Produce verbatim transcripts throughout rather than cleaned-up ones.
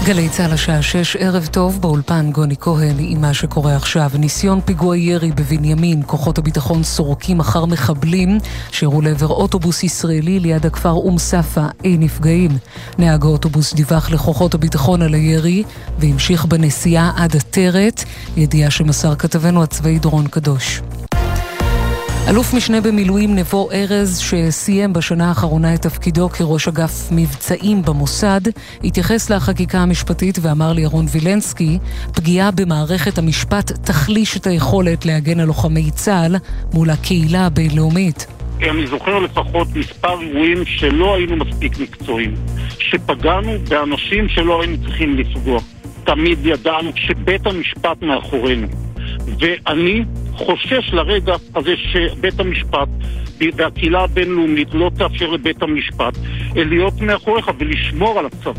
גלי צהל השעה שש, ערב טוב, באולפן גוני כהן עם מה שקורה עכשיו. ניסיון פיגוע ירי בבנימין, כוחות הביטחון סורקים אחר מחבלים שירו לעבר אוטובוס ישראלי ליד הכפר אום ספה, אין נפגעים. נהג האוטובוס דיווח לכוחות הביטחון על הירי והמשיך בנסיעה עד עטרת, ידיעה שמסר כתבנו הצבאי דורון קדוש. אלוף משנה במילואים נבו ארז, שסיים בשנה האחרונה את תפקידו כראש אגף מבצעים במוסד, התייחס לחקיקה המשפטית ואמר לירון וילנסקי, פגיעה במערכת המשפט תחליש את היכולת להגן על לוחמי צה"ל מול הקהילה הבינלאומית. אני זוכר לפחות מספר אירועים שלא היינו מספיק מקצועיים, שפגענו באנשים שלא היינו צריכים לפגוע. תמיד ידענו שבית המשפט מאחורינו, ואני חושש לרגע הזה שבית המשפט והקהילה הבינלאומית לא תאפשר לבית המשפט להיות מאחוריך ולשמור על הצבא.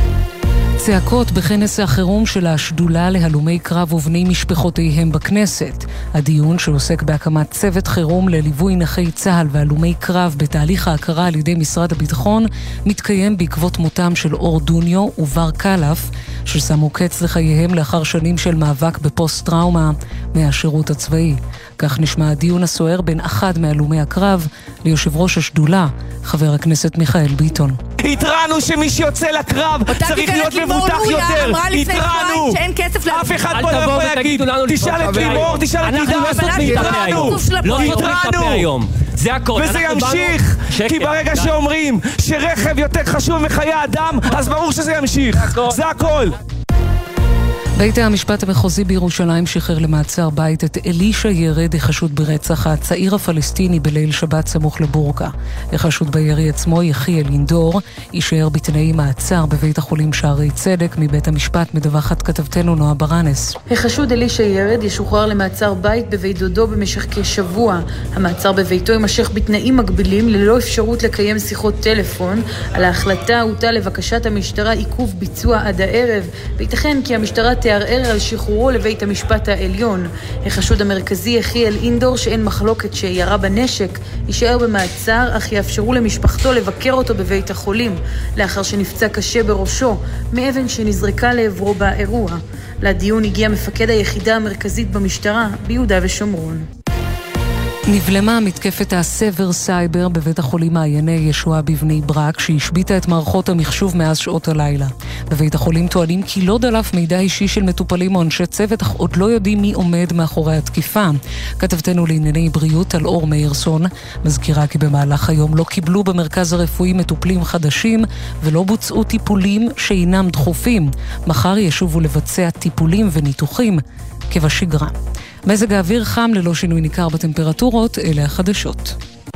צעקות בכנס החירום של השדולה להלומי קרב ובני משפחותיהם בכנסת. הדיון שעוסק בהקמת צוות חירום לליווי נכי צה"ל והלומי קרב בתהליך ההכרה על ידי משרד הביטחון מתקיים בעקבות מותם של אור דוניו ובר קלף, ששמו קץ לחייהם לאחר שנים של מאבק בפוסט-טראומה מהשירות הצבאי. כך נשמע הדיון הסוער בין אחד מהלומי הקרב ליושב ראש השדולה, חבר הכנסת מיכאל ביטון. התרענו שמי שיוצא לקרב צריך להיות מבוטח יותר. התרענו. אף אחד פה לא יכול להגיד. תשאל את לימור, תשאל את עידה. התרענו. התרענו. זה הכל. וזה ימשיך. כי ברגע שאומרים שרכב יותר חשוב מחיי אדם, אז ברור שזה ימשיך. זה הכל. בית המשפט המחוזי בירושלים שחרר למעצר בית את אלישע ירד, החשוד ברצח הצעיר הפלסטיני בליל שבת סמוך לבורקה. החשוד בירי עצמו יחיאל אינדור, יישאר בתנאי מעצר בבית החולים שערי צדק. מבית המשפט מדווחת כתבתנו נועה ברנס. החשוד אלישע ירד ישוחרר למעצר בית בבית דודו במשך כשבוע. המעצר בביתו יימשך בתנאים מגבילים ללא אפשרות לקיים שיחות טלפון. על ההחלטה הוטל לבקשת המשטרה עיכוב ביצוע עד הערב, וייתכן כי המשטרה תערער על שחרורו לבית המשפט העליון. החשוד המרכזי יחיאל אינדור, שאין מחלוקת שירה בנשק, יישאר במעצר, אך יאפשרו למשפחתו לבקר אותו בבית החולים, לאחר שנפצע קשה בראשו, מאבן שנזרקה לעברו באירוע. לדיון הגיע מפקד היחידה המרכזית במשטרה ביהודה ושומרון. נבלמה מתקפת הסבר סייבר בבית החולים מעייני ישועה בבני ברק, שהשביתה את מערכות המחשוב מאז שעות הלילה. בבית החולים טוענים כי לא דלף מידע אישי של מטופלים או אנשי צוות, אך עוד לא יודעים מי עומד מאחורי התקיפה. כתבתנו לענייני בריאות על אור מאירסון מזכירה כי במהלך היום לא קיבלו במרכז הרפואי מטופלים חדשים ולא בוצעו טיפולים שאינם דחופים. מחר ישובו לבצע טיפולים וניתוחים כבשגרה. מזג האוויר חם ללא שינוי ניכר בטמפרטורות, אלה החדשות.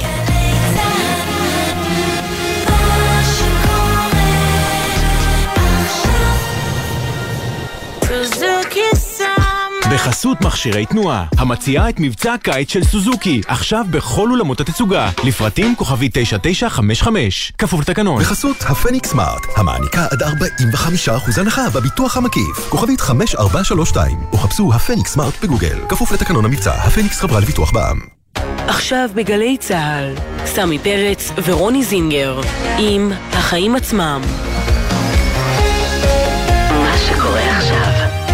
בחסות מכשירי תנועה, המציעה את מבצע הקיץ של סוזוקי, עכשיו בכל אולמות התצוגה, לפרטים כוכבי תשע תשע חמש חמש, כפוף לתקנון. בחסות הפניקס סמארט, המעניקה עד ארבעים וחמישה אחוז הנחה בביטוח המקיף, כוכבית חמש ארבע שלוש שתיים, או חפשו הפניקס סמארט בגוגל, כפוף לתקנון המבצע. הפניקס חברה לביטוח בע"מ. עכשיו בגלי צהל, סמי פרץ ורוני זינגר, עם החיים עצמם. מה שקורה עכשיו.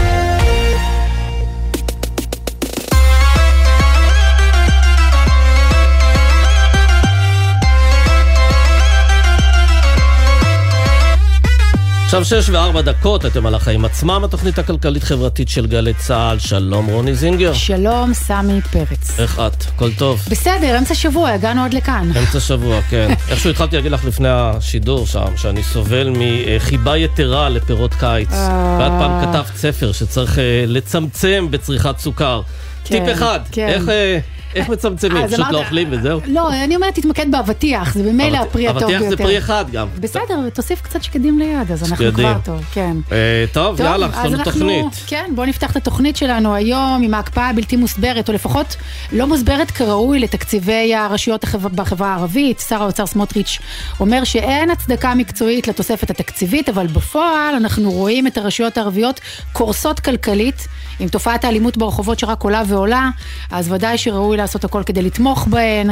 עכשיו שש וארבע דקות, אתם על החיים עצמם, התוכנית הכלכלית-חברתית של גלי צהל. שלום רוני זינגר. שלום סמי פרץ. איך את? כל טוב? בסדר, אמצע שבוע, הגענו עוד לכאן. אמצע שבוע, כן. איכשהו התחלתי להגיד לך לפני השידור שם, שאני סובל מחיבה יתרה לפירות קיץ. ועד פעם כתבת ספר שצריך לצמצם בצריכת סוכר. טיפ אחד, איך... איך מצמצמים? פשוט לא אוכלים וזהו? לא, אני אומרת, תתמקד באבטיח, זה במילא הפרי הטוב ביותר. אבטיח זה פרי אחד גם. בסדר, תוסיף קצת שקדים ליד, אז אנחנו כבר טוב, כן. טוב, יאללה, יש לנו תוכנית. כן, בואו נפתח את התוכנית שלנו היום עם ההקפאה הבלתי מוסברת, או לפחות לא מוסברת כראוי לתקציבי הרשויות בחברה הערבית. שר האוצר סמוטריץ' אומר שאין הצדקה מקצועית לתוספת התקציבית, אבל בפועל אנחנו רואים את הרשויות הערביות קורסות כלכלית, עם תופעת האלימות ברחובות שרק עולה ועולה, אז ודאי שראוי לעשות הכל כדי לתמוך בהן.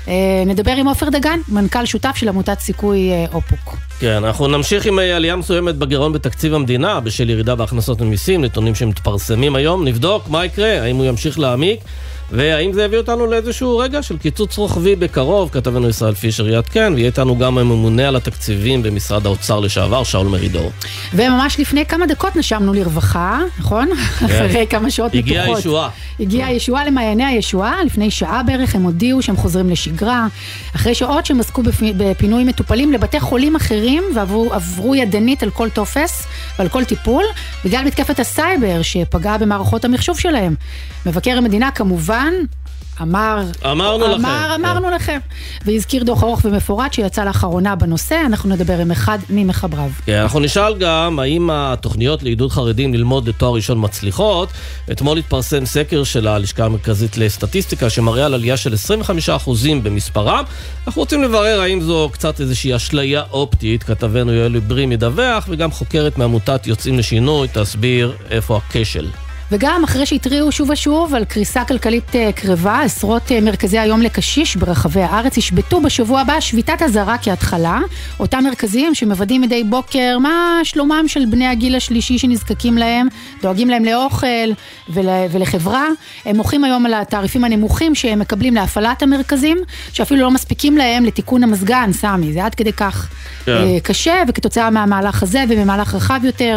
נדבר עם עופר דגן, מנכ"ל שותף של עמותת סיכוי אופוק. כן, אנחנו נמשיך עם עלייה מסוימת בגירעון בתקציב המדינה, בשל ירידה בהכנסות ממיסים, נתונים שמתפרסמים היום. נבדוק מה יקרה, האם הוא ימשיך להעמיק, והאם זה הביא אותנו לאיזשהו רגע של קיצוץ רוחבי בקרוב. כתבנו ישראל פישר יעדכן, ויהיה איתנו גם הממונה על התקציבים במשרד האוצר לשעבר, שאול מרידור. וממש לפני כמה דקות נשמנו לרווחה, נכון? אחרי כמה שעות מתוחות. הגיעה הישועה. הגיעה הישועה למעייני הישועה, לפני שעה בערך הם הודיעו שהם חוזרים לשגרה, אחרי שעות שהם עסקו בפינוי מטופלים לבתי חולים אחרים, ועברו ידנית על כל תופס ועל כל טיפול, בגלל מתקפת הסייבר שפגעה במערכות המחשוב שלהם. מבקר המדינה כמובן אמר, אמרנו אמר, לכם. אמרנו כן. לכם. והזכיר דוח ארוך ומפורט שיצא לאחרונה בנושא, אנחנו נדבר עם אחד ממחבריו. כן, אנחנו נשאל גם האם התוכניות לעידוד חרדים ללמוד לתואר ראשון מצליחות. אתמול התפרסם סקר של הלשכה המרכזית לסטטיסטיקה שמראה על עלייה של עשרים וחמישה אחוז במספרם. אנחנו רוצים לברר האם זו קצת איזושהי אשליה אופטית. כתבנו יואל ברים ידווח, וגם חוקרת מעמותת יוצאים לשינוי תסביר איפה הכשל. וגם אחרי שהתריעו שוב ושוב על קריסה כלכלית קרבה, עשרות מרכזי היום לקשיש ברחבי הארץ ישבטו בשבוע הבא שביתת הזרה כהתחלה. אותם מרכזים שמוודאים מדי בוקר מה שלומם של בני הגיל השלישי שנזקקים להם, דואגים להם לאוכל ול, ולחברה. הם מוחים היום על התעריפים הנמוכים שהם מקבלים להפעלת המרכזים, שאפילו לא מספיקים להם לתיקון המסגן, סמי. זה עד כדי כך yeah. קשה, וכתוצאה מהמהלך הזה וממהלך רחב יותר,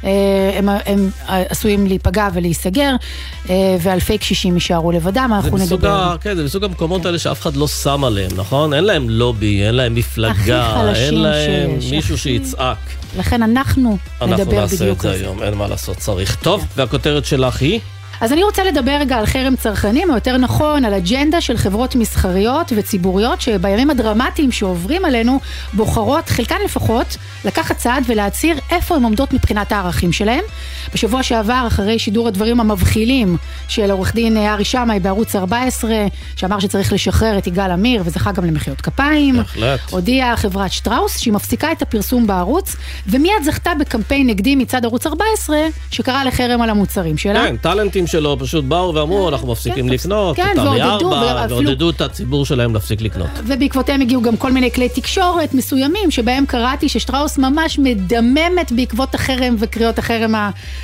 הם, הם עשויים להיפגע להיסגר, ואלפי קשישים יישארו לבדם. אנחנו נדבר. כן, זה בסוג המקומות האלה שאף אחד לא שם עליהם, נכון? אין להם לובי, אין להם מפלגה, אין להם מישהו שיצעק. לכן אנחנו נדבר בדיוק על זה. אנחנו נעשה את זה היום, אין מה לעשות, צריך. טוב, והכותרת שלך היא? אז אני רוצה לדבר רגע על חרם צרכנים, או יותר נכון, על אג'נדה של חברות מסחריות וציבוריות, שבימים הדרמטיים שעוברים עלינו, בוחרות, חלקן לפחות, לקחת צעד ולהצהיר איפה הן עומדות מבחינת הערכים שלהם. בשבוע שעבר, אחרי שידור הדברים המבחילים של עורך דין ארי שמאי בערוץ ארבע עשרה, שאמר שצריך לשחרר את יגאל עמיר, וזכה גם למחיאות כפיים, בהחלט. הודיעה חברת שטראוס, שהיא מפסיקה את הפרסום בערוץ, ומיד זכתה בקמפיין נגדי מצד ערוץ ארבע עשרה, שקרא לחרם על המוצרים שלה. כן, טלנטים שלו פשוט באו ואמרו, אנחנו מפסיקים לקנות, ועודדו את הציבור שלהם להפסיק לקנות. ובעקבותיהם הגיעו גם כל מיני כלי תקשורת מסוימים, שבהם קראתי ששטראוס ממש מדממת בעקבות החרם וקריאות החרם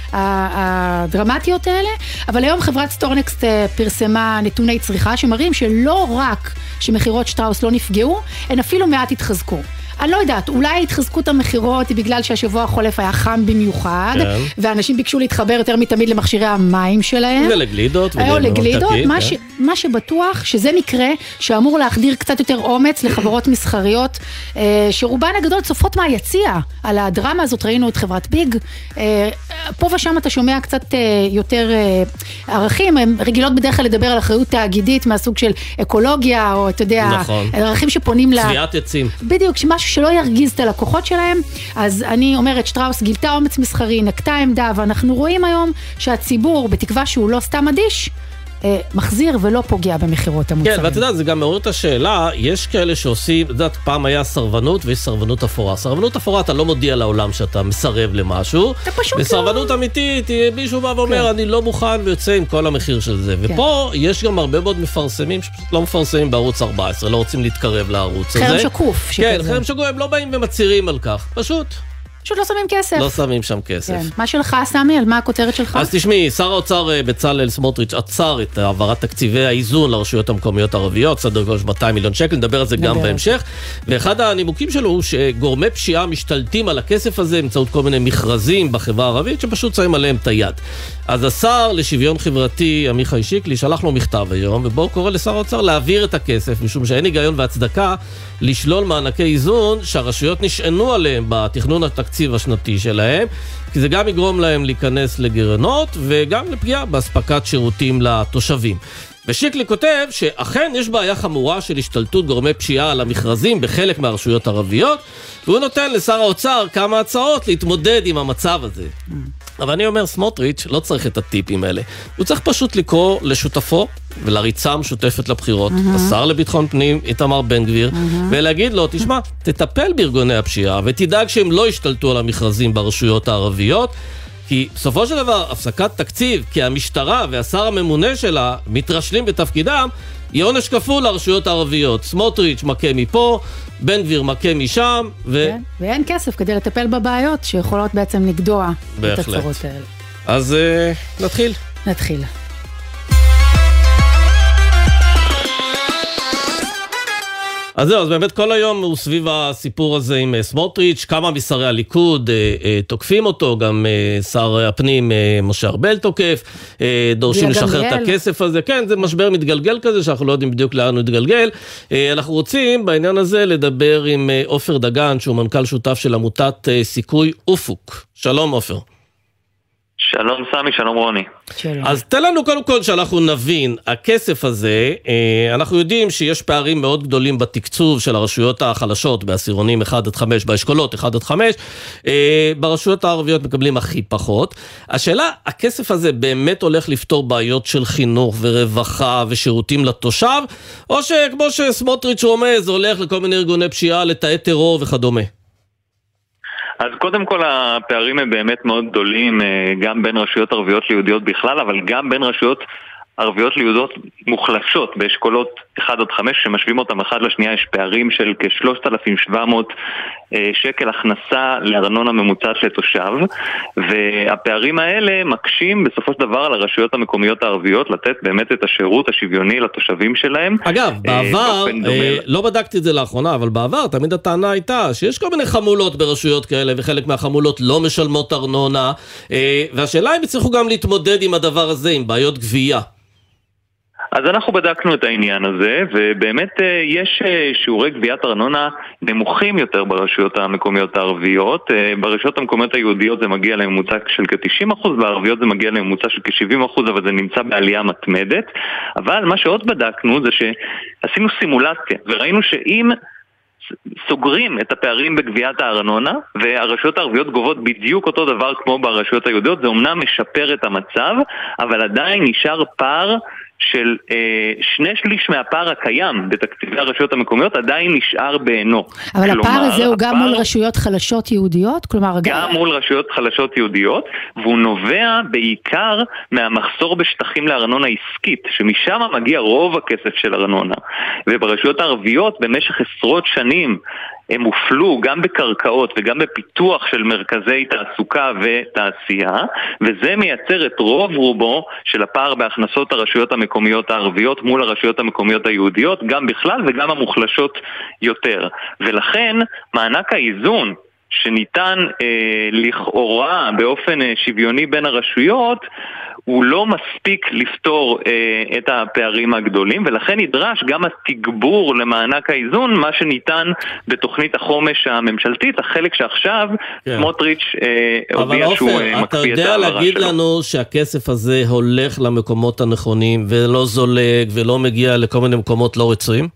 הדרמטיות האלה. אבל היום חברת סטורנקסט פרסמה נתוני צריכה שמראים שלא רק שמחירות שטראוס לא נפגעו, הן אפילו מעט התחזקו. אני לא יודעת, אולי התחזקות המחירות היא בגלל שהשבוע החולף היה חם במיוחד, כן. ואנשים ביקשו להתחבר יותר מתמיד למכשירי המים שלהם. ולגלידות. או לגלידות, מה, כן. ש, מה שבטוח שזה מקרה שאמור להחדיר קצת יותר אומץ לחברות מסחריות, אה, שרובן הגדול צופות מהיציע על הדרמה הזאת. ראינו את חברת ביג, אה, פה ושם אתה שומע קצת אה, יותר אה, ערכים, הם רגילות בדרך כלל לדבר על אחריות תאגידית מהסוג של אקולוגיה, או אתה יודע, נכון. ערכים שפונים ל... צביעת עצים. בדיוק, שמשהו שלא ירגיז את הלקוחות שלהם. אז אני אומרת, שטראוס גילתה אומץ מסחרי, נקטה עמדה, ואנחנו רואים היום שהציבור, בתקווה שהוא לא סתם אדיש, מחזיר ולא פוגע במחירות המוצרים. כן, ואת יודעת, זה גם מעורר את השאלה, יש כאלה שעושים, את יודעת, פעם היה סרבנות ויש סרבנות אפורה. סרבנות אפורה, אתה לא מודיע לעולם שאתה מסרב למשהו. אתה פשוט וסרבנות לא... אמיתית, מישהו בא ואומר, כן. אני לא מוכן ויוצא עם כל המחיר של זה. כן. ופה יש גם הרבה מאוד מפרסמים שפשוט לא מפרסמים בערוץ ארבע עשרה, לא רוצים להתקרב לערוץ הזה. חרם שקוף. כן, חרם שקוף, הם לא באים ומצהירים על כך. פשוט. פשוט לא שמים כסף. לא שמים שם כסף. כן. מה שלך, סמי? על מה הכותרת שלך? אז תשמעי, שר האוצר בצלאל סמוטריץ' עצר את העברת תקציבי האיזון לרשויות המקומיות הערביות, סדר גודל מאתיים מיליון שקל, נדבר על זה גם בהמשך. ואחד הנימוקים שלו הוא שגורמי פשיעה משתלטים על הכסף הזה באמצעות כל מיני מכרזים בחברה הערבית, שפשוט שמים עליהם את היד. אז השר לשוויון חברתי, עמיחי שיקלי, שלח לו מכתב היום, ובו הוא קורא לשר האוצר להעביר את הכסף, משום שאין היגיון והצדקה לשלול מענקי איזון שהרשויות נשענו עליהם בתכנון התקציב השנתי שלהם, כי זה גם יגרום להם להיכנס לגירעונות וגם לפגיעה בהספקת שירותים לתושבים. ושיקלי כותב שאכן יש בעיה חמורה של השתלטות גורמי פשיעה על המכרזים בחלק מהרשויות הערביות, והוא נותן לשר האוצר כמה הצעות להתמודד עם המצב הזה. אבל אני אומר, סמוטריץ' לא צריך את הטיפים האלה. הוא צריך פשוט לקרוא לשותפו ולריצה המשותפת לבחירות, mm-hmm. השר לביטחון פנים, איתמר בן גביר, mm-hmm. ולהגיד לו, תשמע, תטפל בארגוני הפשיעה ותדאג שהם לא ישתלטו על המכרזים ברשויות הערביות, כי בסופו של דבר, הפסקת תקציב, כי המשטרה והשר הממונה שלה מתרשלים בתפקידם, היא עונש כפול לרשויות הערביות. סמוטריץ' מכה מפה, בן גביר מכה משם, ו... כן, ואין כסף כדי לטפל בבעיות שיכולות בעצם לגדוע בהחלט. את הצרות האלה. אז uh, נתחיל. נתחיל. אז זהו, אז באמת כל היום הוא סביב הסיפור הזה עם סמוטריץ', כמה משרי הליכוד אה, אה, תוקפים אותו, גם אה, שר הפנים אה, משה ארבל תוקף, אה, דורשים לשחרר את הכסף הזה, כן, זה משבר מתגלגל כזה, שאנחנו לא יודעים בדיוק לאן הוא מתגלגל. אה, אנחנו רוצים בעניין הזה לדבר עם אה, עופר דגן, שהוא מנכ"ל שותף של עמותת אה, סיכוי אופוק. שלום עופר. שלום סמי, שלום רוני. שלום. אז תן לנו קודם כל שאנחנו נבין, הכסף הזה, אנחנו יודעים שיש פערים מאוד גדולים בתקצוב של הרשויות החלשות, בעשירונים אחד עד חמש, באשכולות אחד עד חמש, ברשויות הערביות מקבלים הכי פחות. השאלה, הכסף הזה באמת הולך לפתור בעיות של חינוך ורווחה ושירותים לתושב, או שכמו שסמוטריץ' רומז, זה הולך לכל מיני ארגוני פשיעה, לתאי טרור וכדומה? אז קודם כל הפערים הם באמת מאוד גדולים, גם בין רשויות ערביות ליהודיות בכלל, אבל גם בין רשויות ערביות ליהודיות מוחלשות באשכולות אחד עד חמש, שמשווים אותם אחד לשנייה, יש פערים של כ-שלושת אלפים שבע מאות שקל הכנסה לארנונה ממוצעת לתושב, והפערים האלה מקשים בסופו של דבר על הרשויות המקומיות הערביות לתת באמת את השירות השוויוני לתושבים שלהם. אגב, בעבר, לא בדקתי את זה לאחרונה, אבל בעבר תמיד הטענה הייתה שיש כל מיני חמולות ברשויות כאלה, וחלק מהחמולות לא משלמות ארנונה, והשאלה אם יצטרכו גם להתמודד עם הדבר הזה, עם בעיות גבייה. אז אנחנו בדקנו את העניין הזה, ובאמת יש שיעורי גביית ארנונה נמוכים יותר ברשויות המקומיות הערביות. ברשויות המקומיות היהודיות זה מגיע לממוצע של כ-תשעים אחוז, בערביות זה מגיע לממוצע של כ-שבעים אחוז, אבל זה נמצא בעלייה מתמדת. אבל מה שעוד בדקנו זה שעשינו סימולציה, וראינו שאם סוגרים את הפערים בגביית הארנונה, והרשויות הערביות גובות בדיוק אותו דבר כמו ברשויות היהודיות, זה אומנם משפר את המצב, אבל עדיין נשאר פער של אה, שני שליש מהפער הקיים בתקציבי הרשויות המקומיות עדיין נשאר בעינו. אבל כלומר, הפער הזה הוא הפער... גם מול רשויות חלשות יהודיות? כלומר, גם גם מול רשויות חלשות יהודיות, והוא נובע בעיקר מהמחסור בשטחים לארנונה עסקית, שמשם מגיע רוב הכסף של ארנונה. וברשויות הערביות במשך עשרות שנים הם הופלו גם בקרקעות וגם בפיתוח של מרכזי תעסוקה ותעשייה, וזה מייצר את רוב רובו של הפער בהכנסות הרשויות המקומיות הערביות מול הרשויות המקומיות היהודיות, גם בכלל וגם המוחלשות יותר. ולכן מענק האיזון שניתן אה, לכאורה באופן אה, שוויוני בין הרשויות, הוא לא מספיק לפתור אה, את הפערים הגדולים, ולכן נדרש גם התגבור למענק האיזון, מה שניתן בתוכנית החומש הממשלתית, החלק שעכשיו כן. סמוטריץ' אה, הודיע שהוא אה, מקפיא את העברה שלו. אבל עופר, אתה יודע להגיד לנו שהכסף הזה הולך למקומות הנכונים, ולא זולג, ולא מגיע לכל מיני מקומות לא רצויים?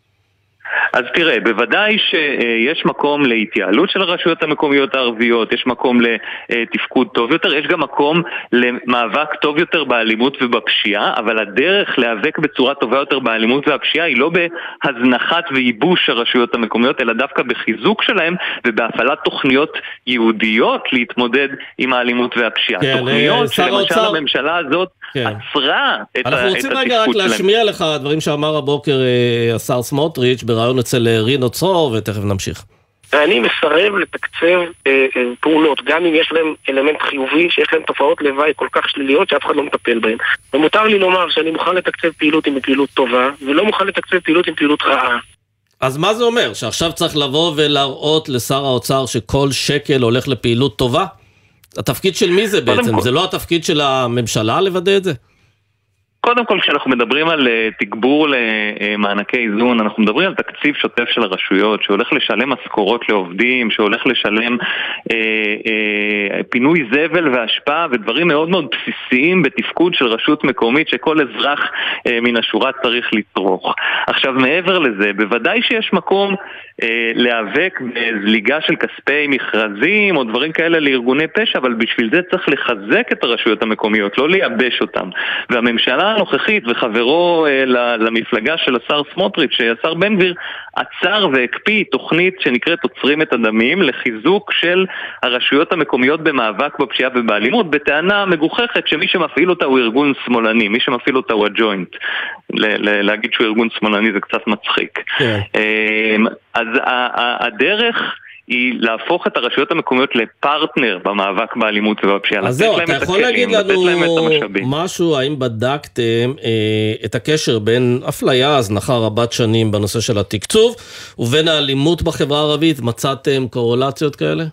אז תראה, בוודאי שיש מקום להתייעלות של הרשויות המקומיות הערביות, יש מקום לתפקוד טוב יותר, יש גם מקום למאבק טוב יותר באלימות ובפשיעה, אבל הדרך להיאבק בצורה טובה יותר באלימות והפשיעה היא לא בהזנחת וייבוש הרשויות המקומיות, אלא דווקא בחיזוק שלהם ובהפעלת תוכניות יהודיות להתמודד עם האלימות והפשיעה. כן, תוכניות שלמשל הממשלה הזאת כן. עצרה את התפקוד שלהם. אנחנו רוצים רגע רק להשמיע לך דברים שאמר הבוקר השר סמוטריץ' ברעיון אצל רינו צרור, ותכף נמשיך. ואני מסרב לתקצב אה, אה, פעולות, גם אם יש להם אלמנט חיובי, שיש להם תופעות לוואי כל כך שליליות שאף אחד לא מטפל בהן. ומותר לי לומר שאני מוכן לתקצב פעילות עם פעילות טובה, ולא מוכן לתקצב פעילות עם פעילות רעה. אז מה זה אומר? שעכשיו צריך לבוא ולהראות לשר האוצר שכל שקל הולך לפעילות טובה? התפקיד של מי זה בעצם? זה לא התפקיד של הממשלה לוודא את זה? קודם כל, כשאנחנו מדברים על תגבור למענקי איזון, אנחנו מדברים על תקציב שוטף של הרשויות, שהולך לשלם משכורות לעובדים, שהולך לשלם אה, אה, פינוי זבל והשפעה, ודברים מאוד מאוד בסיסיים בתפקוד של רשות מקומית, שכל אזרח אה, מן השורה צריך לצרוך. עכשיו, מעבר לזה, בוודאי שיש מקום להיאבק בזליגה של כספי מכרזים או דברים כאלה לארגוני פשע, אבל בשביל זה צריך לחזק את הרשויות המקומיות, לא לייבש אותם. והממשלה הנוכחית וחברו למפלגה של השר סמוטריץ', השר בן גביר, עצר והקפיא תוכנית שנקראת עוצרים את הדמים לחיזוק של הרשויות המקומיות במאבק בפשיעה ובאלימות, בטענה מגוחכת שמי שמפעיל אותה הוא ארגון שמאלני, מי שמפעיל אותה הוא הג'וינט. להגיד שהוא ארגון שמאלני זה קצת מצחיק. אז הדרך היא להפוך את הרשויות המקומיות לפרטנר במאבק באלימות ובפשיעה. אז זהו, אתה יכול להגיד לנו משהו, האם בדקתם את הקשר בין אפליה, הזנחה רבת שנים בנושא של התקצוב, ובין האלימות בחברה הערבית, מצאתם קורלציות כאלה?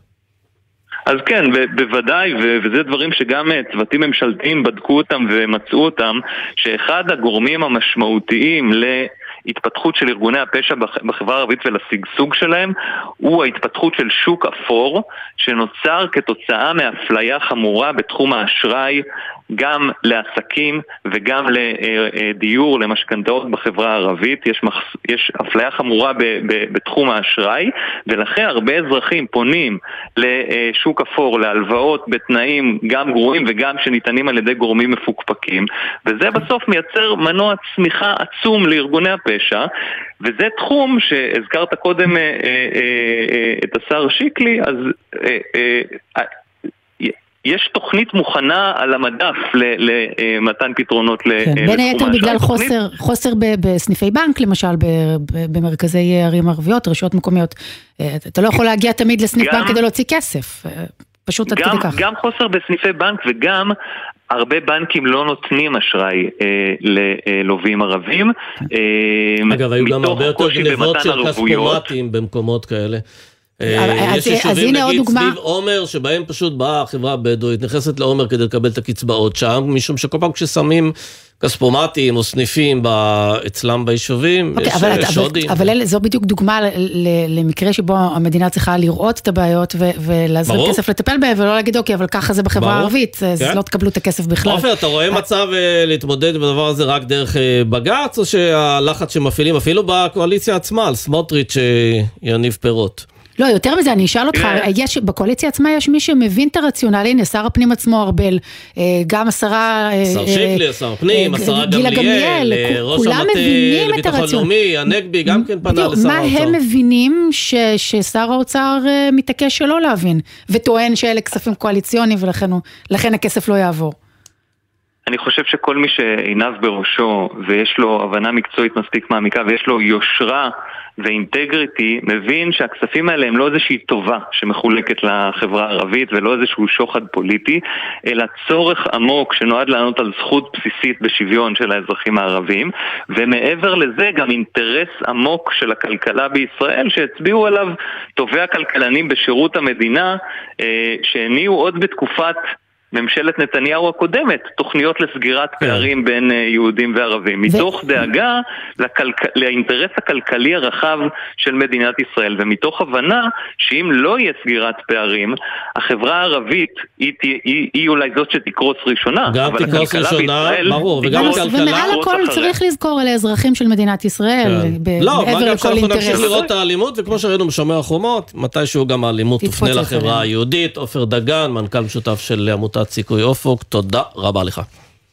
אז כן, בוודאי, וזה דברים שגם צוותים ממשלתיים בדקו אותם ומצאו אותם, שאחד הגורמים המשמעותיים להתפתחות של ארגוני הפשע בחברה הערבית ולסגסוג שלהם, הוא ההתפתחות של שוק אפור, שנוצר כתוצאה מאפליה חמורה בתחום האשראי, גם לעסקים וגם לדיור, למשכנתאות בחברה הערבית. יש, מחס... יש אפליה חמורה ב... ב... בתחום האשראי, ולכן הרבה אזרחים פונים לשוק אפור, להלוואות בתנאים גם גרועים וגם שניתנים על ידי גורמים מפוקפקים, וזה בסוף מייצר מנוע צמיחה עצום לארגוני הפשע, וזה תחום שהזכרת קודם אה, אה, אה, את השר שיקלי, אז אה, אה, יש תוכנית מוכנה על המדף למתן פתרונות לתחום האשראי. בין היתר בגלל חוסר, חוסר בסניפי בנק, למשל, במרכזי ערים ערביות, רשויות מקומיות. אתה לא יכול להגיע תמיד לסניף בנק כדי להוציא כסף. פשוט עד כדי כך. גם חוסר בסניפי בנק וגם הרבה בנקים לא נותנים אשראי ללווים ערבים. אגב, היו גם הרבה יותר גנבות של כספומטים במקומות כאלה. יש יישובים נגיד סביב עומר שבהם פשוט באה החברה הבדואית נכנסת לעומר כדי לקבל את הקצבאות שם, משום שכל פעם כששמים כספומטים או סניפים אצלם ביישובים יש שודים. אבל זו בדיוק דוגמה למקרה שבו המדינה צריכה לראות את הבעיות ולהזרים כסף לטפל בהם, ולא להגיד אוקיי, אבל ככה זה בחברה הערבית, אז לא תקבלו את הכסף בכלל. עופר, אתה רואה מצב להתמודד בדבר הזה רק דרך בג"ץ, או שהלחץ שמפעילים אפילו בקואליציה עצמה על סמוטריץ' יניב פירות? לא, יותר מזה, אני אשאל אותך, יש, בקואליציה עצמה יש מי שמבין את הרציונל, הנה, שר הפנים עצמו ארבל, גם השרה... שר שיקלי, שר פנים, השרה גמליאל, ראש המטה לביטחון לאומי, הנגבי, גם כן פנה לשר האוצר. מה הם מבינים ששר האוצר מתעקש שלא להבין, וטוען שאלה כספים קואליציוניים, ולכן הכסף לא יעבור? אני חושב שכל מי שעיניו בראשו, ויש לו הבנה מקצועית מספיק מעמיקה, ויש לו יושרה ואינטגריטי, מבין שהכספים האלה הם לא איזושהי טובה שמחולקת לחברה הערבית, ולא איזשהו שוחד פוליטי, אלא צורך עמוק שנועד לענות על זכות בסיסית בשוויון של האזרחים הערבים, ומעבר לזה גם אינטרס עמוק של הכלכלה בישראל, שהצביעו עליו טובי הכלכלנים בשירות המדינה, שהניעו עוד בתקופת ממשלת נתניהו הקודמת, תוכניות לסגירת פערים בין יהודים וערבים, מתוך דאגה לאינטרס הכלכלי הרחב של מדינת ישראל, ומתוך הבנה שאם לא יהיה סגירת פערים, החברה הערבית היא אולי זאת שתקרוס ראשונה. גם תקרוס ראשונה, ברור, וגם הכלכלה... ומעל הכל צריך לזכור על האזרחים של מדינת ישראל, לא, מה גם שאנחנו נמשיך לראות את האלימות, וכמו שראינו בשומר החומות, מתישהו גם האלימות תופנה לחברה היהודית. עופר דגן, מנכ"ל משותף של עמותת סיכוי אופוק, תודה רבה לך.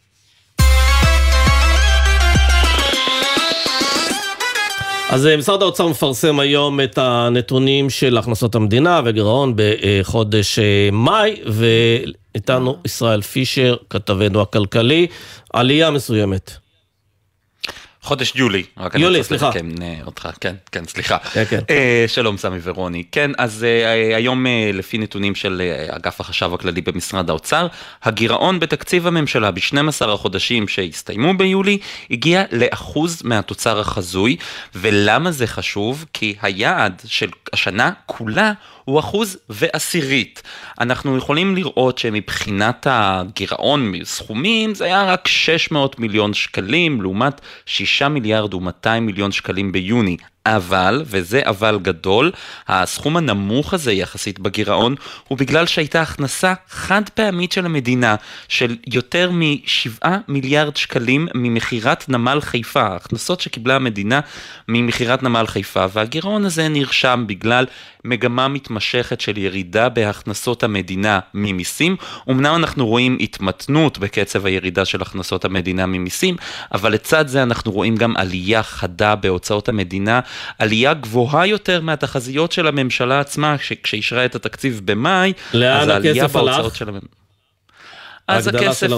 אז משרד האוצר מפרסם היום את הנתונים של הכנסות המדינה וגירעון בחודש מאי, ואיתנו ישראל פישר, כתבנו הכלכלי, עלייה מסוימת. חודש יולי. יולי, סליחה. כן, אותך, כן, כן, סליחה. כן, כן. שלום, סמי ורוני. כן, אז היום לפי נתונים של אגף החשב הכללי במשרד האוצר, הגירעון בתקציב הממשלה ב-שנים עשר החודשים שהסתיימו ביולי, הגיע לאחוז מהתוצר החזוי, ולמה זה חשוב? כי היעד של השנה כולה הוא אחוז ועשירית. אנחנו יכולים לראות שמבחינת הגירעון מסכומים, זה היה רק שש מאות מיליון שקלים, לעומת שישה מיליארד ומאתיים מיליון שקלים ביוני. אבל, וזה אבל גדול, הסכום הנמוך הזה יחסית בגירעון, הוא בגלל שהייתה הכנסה חד פעמית של המדינה, של יותר משבעה מיליארד שקלים ממחירת נמל חיפה, ההכנסות שקיבלה המדינה ממחירת נמל חיפה, והגירעון הזה נרשם בגלל מגמה מתמשכת של ירידה בהכנסות המדינה ממיסים. אמנם אנחנו רואים התמתנות בקצב הירידה של הכנסות המדינה ממיסים, אבל לצד זה אנחנו רואים גם עלייה חדה בהוצאות המדינה, עלייה גבוהה יותר מהתחזיות של הממשלה עצמה, כשאישרה את התקציב במאי. לאן הכסף הלך? של... אז הכסף...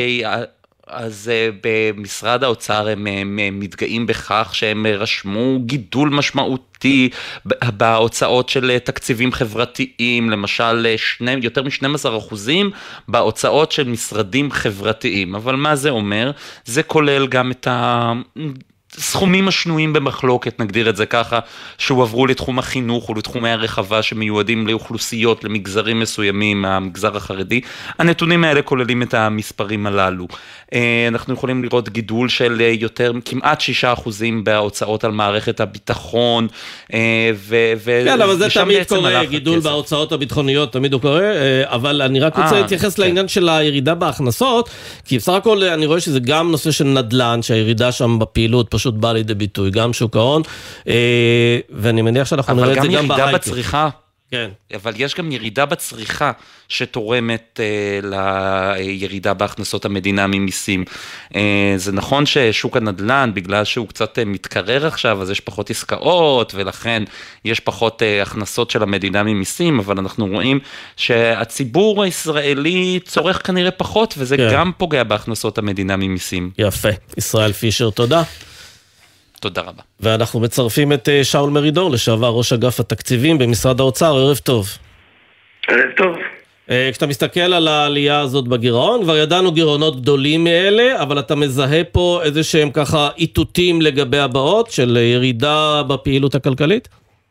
אז במשרד האוצר הם, הם, הם מתגאים בכך שהם רשמו גידול משמעותי בהוצאות של תקציבים חברתיים, למשל שני, יותר מ-שנים עשר אחוזים בהוצאות של משרדים חברתיים. אבל מה זה אומר? זה כולל גם את ה... סכומים השנויים במחלוקת, נגדיר את זה ככה, שהועברו לתחום החינוך ולתחומי הרחבה שמיועדים לאוכלוסיות, למגזרים מסוימים, המגזר החרדי. הנתונים האלה כוללים את המספרים הללו. אנחנו יכולים לראות גידול של יותר, כמעט שישה אחוזים בהוצאות על מערכת הביטחון, ו... כן, אבל זה תמיד קורה, גידול בהוצאות הביטחוניות, תמיד הוא קורה, אבל אני רק רוצה להתייחס לעניין של הירידה בהכנסות, כי בסך הכל אני רואה שזה גם נושא של נדל"ן, שהירידה שם בפעילות פשוט בא לידי ביטוי, גם שוק ההון, ואני מניח שאנחנו נראה את זה גם בהייטק. אבל גם ירידה בצריכה. כן. אבל יש גם ירידה בצריכה שתורמת אה, לירידה בהכנסות המדינה ממיסים. אה, זה נכון ששוק הנדל"ן, בגלל שהוא קצת אה, מתקרר עכשיו, אז יש פחות עסקאות, ולכן יש פחות אה, הכנסות של המדינה ממיסים, אבל אנחנו רואים שהציבור הישראלי צורך כנראה פחות, וזה כן. גם פוגע בהכנסות המדינה ממיסים. יפה. ישראל פישר, תודה. תודה רבה. ואנחנו מצרפים את שאול מרידור, לשעבר ראש אגף התקציבים במשרד האוצר. ערב טוב. ערב טוב. כשאתה מסתכל על העלייה הזאת בגירעון, כבר ידענו גירעונות גדולים מאלה, אבל אתה מזהה פה איזה שהם ככה איתותים לגבי הבאות של ירידה בפעילות הכלכלית?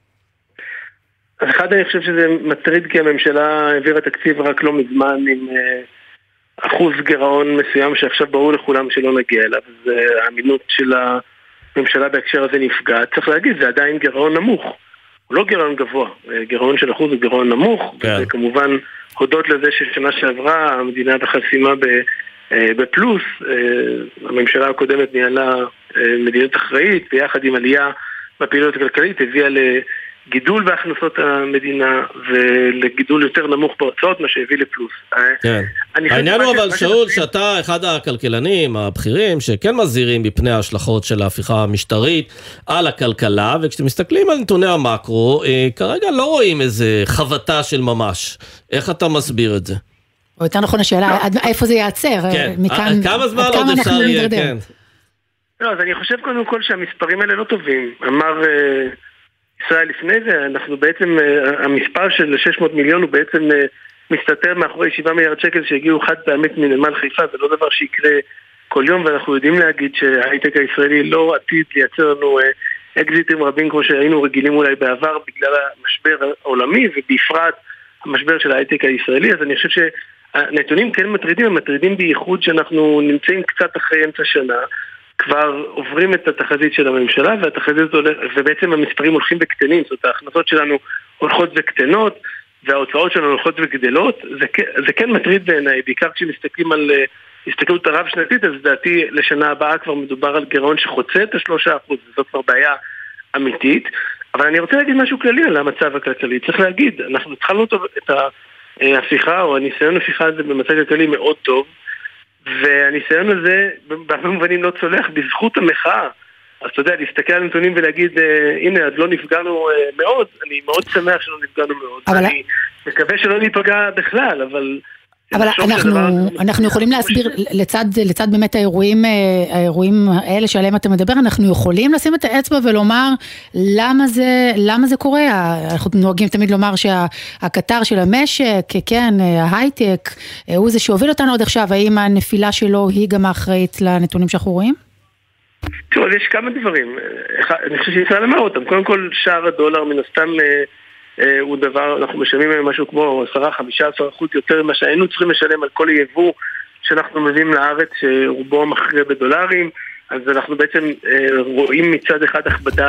אז אחד, אני חושב שזה מטריד כי הממשלה העבירה תקציב רק לא מזמן עם אחוז גירעון מסוים שעכשיו ברור לכולם שלא נגיע אליו. אז האמינות של ה... הממשלה בהקשר הזה נפגע. צריך להגיד, זה עדיין גירעון נמוך. הוא לא גירעון גבוה. גירעון של אחוז הוא גירעון נמוך. כן. וזה כמובן הודות לזה ששנה שעברה המדינה בחסימה בפלוס. הממשלה הקודמת ניהלה מדיניות אחראית, ויחד עם עלייה בפעילות הכלכלית הביאה לגידול בהכנסות המדינה ולגידול יותר נמוך בהוצאות, מה שהביא לפלוס. כן. העניין הוא אבל שאול שאתה אחד הכלכלנים הבכירים שכן מזהירים בפני ההשלכות של ההפיכה המשטרית על הכלכלה, וכשאתם מסתכלים על נתוני המקרו, כרגע לא רואים איזה חבטה של ממש. איך אתה מסביר את זה? או יותר נכון השאלה, איפה זה ייעצר? כן. כמה זמן עוד אפשר יהיה? כן. לא, אז אני חושב קודם כל שהמספרים האלה לא טובים. אמר ישראל לפני זה, אנחנו בעצם, המספר של שש מאות מיליון הוא בעצם מסתתר מאחורי שבעה מיליארד שקל שהגיעו חד פעמית מנמל חיפה. זה לא דבר שיקרה כל יום, ואנחנו יודעים להגיד שההייטק הישראלי לא עתיד לייצר לנו אקזיטים רבים כמו שהיינו רגילים אולי בעבר בגלל המשבר העולמי, ובפרט המשבר של ההייטק הישראלי. אז אני חושב שהנתונים כן מטרידים, הם מטרידים בייחוד שאנחנו נמצאים קצת אחרי אמצע שנה, כבר עוברים את התחזית של הממשלה, והתחזית הולך, ובעצם המספרים הולכים וקטנים, זאת אומרת, ההכנסות שלנו הולכות וקטנות, וההוצאות שלנו הולכות וגדלות. זה, זה כן מטריד בעיניי, בעיקר כשמסתכלים על הסתכלות הרב שנתית, אז דעתי לשנה הבאה כבר מדובר על גירעון שחוצה את השלושה אחוז, וזאת כבר בעיה אמיתית. אבל אני רוצה להגיד משהו כללי על המצב הכלכלי. צריך להגיד, אנחנו התחלנו את ההפיכה, או הניסיון ההפיכה הזה במצב כלכלי מאוד טוב, והניסיון הזה בהרבה מובנים לא צולח בזכות המחאה. אז אתה יודע, להסתכל על נתונים ולהגיד, הנה, אז לא נפגענו מאוד, אני מאוד שמח שלא נפגענו מאוד. אני מקווה שלא ניפגע בכלל, אבל... אבל אנחנו, אנחנו יכולים להסביר, לצד, לצד באמת האירועים, האירועים האלה שעליהם אתה מדבר, אנחנו יכולים לשים את האצבע ולומר למה זה, למה זה קורה. אנחנו נוהגים תמיד לומר שהקטר של המשק, כן, ההייטק, הוא זה שהוביל אותנו עד עכשיו. האם הנפילה שלו היא גם האחראית לנתונים שאנחנו רואים? תראו, יש כמה דברים. אני חושב שישראל אמר אותם. קודם כל, שער הדולר מן הסתם... הוא דבר, אנחנו משלמים משהו כמו עשרה עד חמישה עשר אחוז יותר ממה שהיינו צריכים לשלם על כל היבוא שאנחנו מביאים לארץ, שרובו מכריע בדולרים. אז אנחנו בעצם רואים מצד אחד הכבדה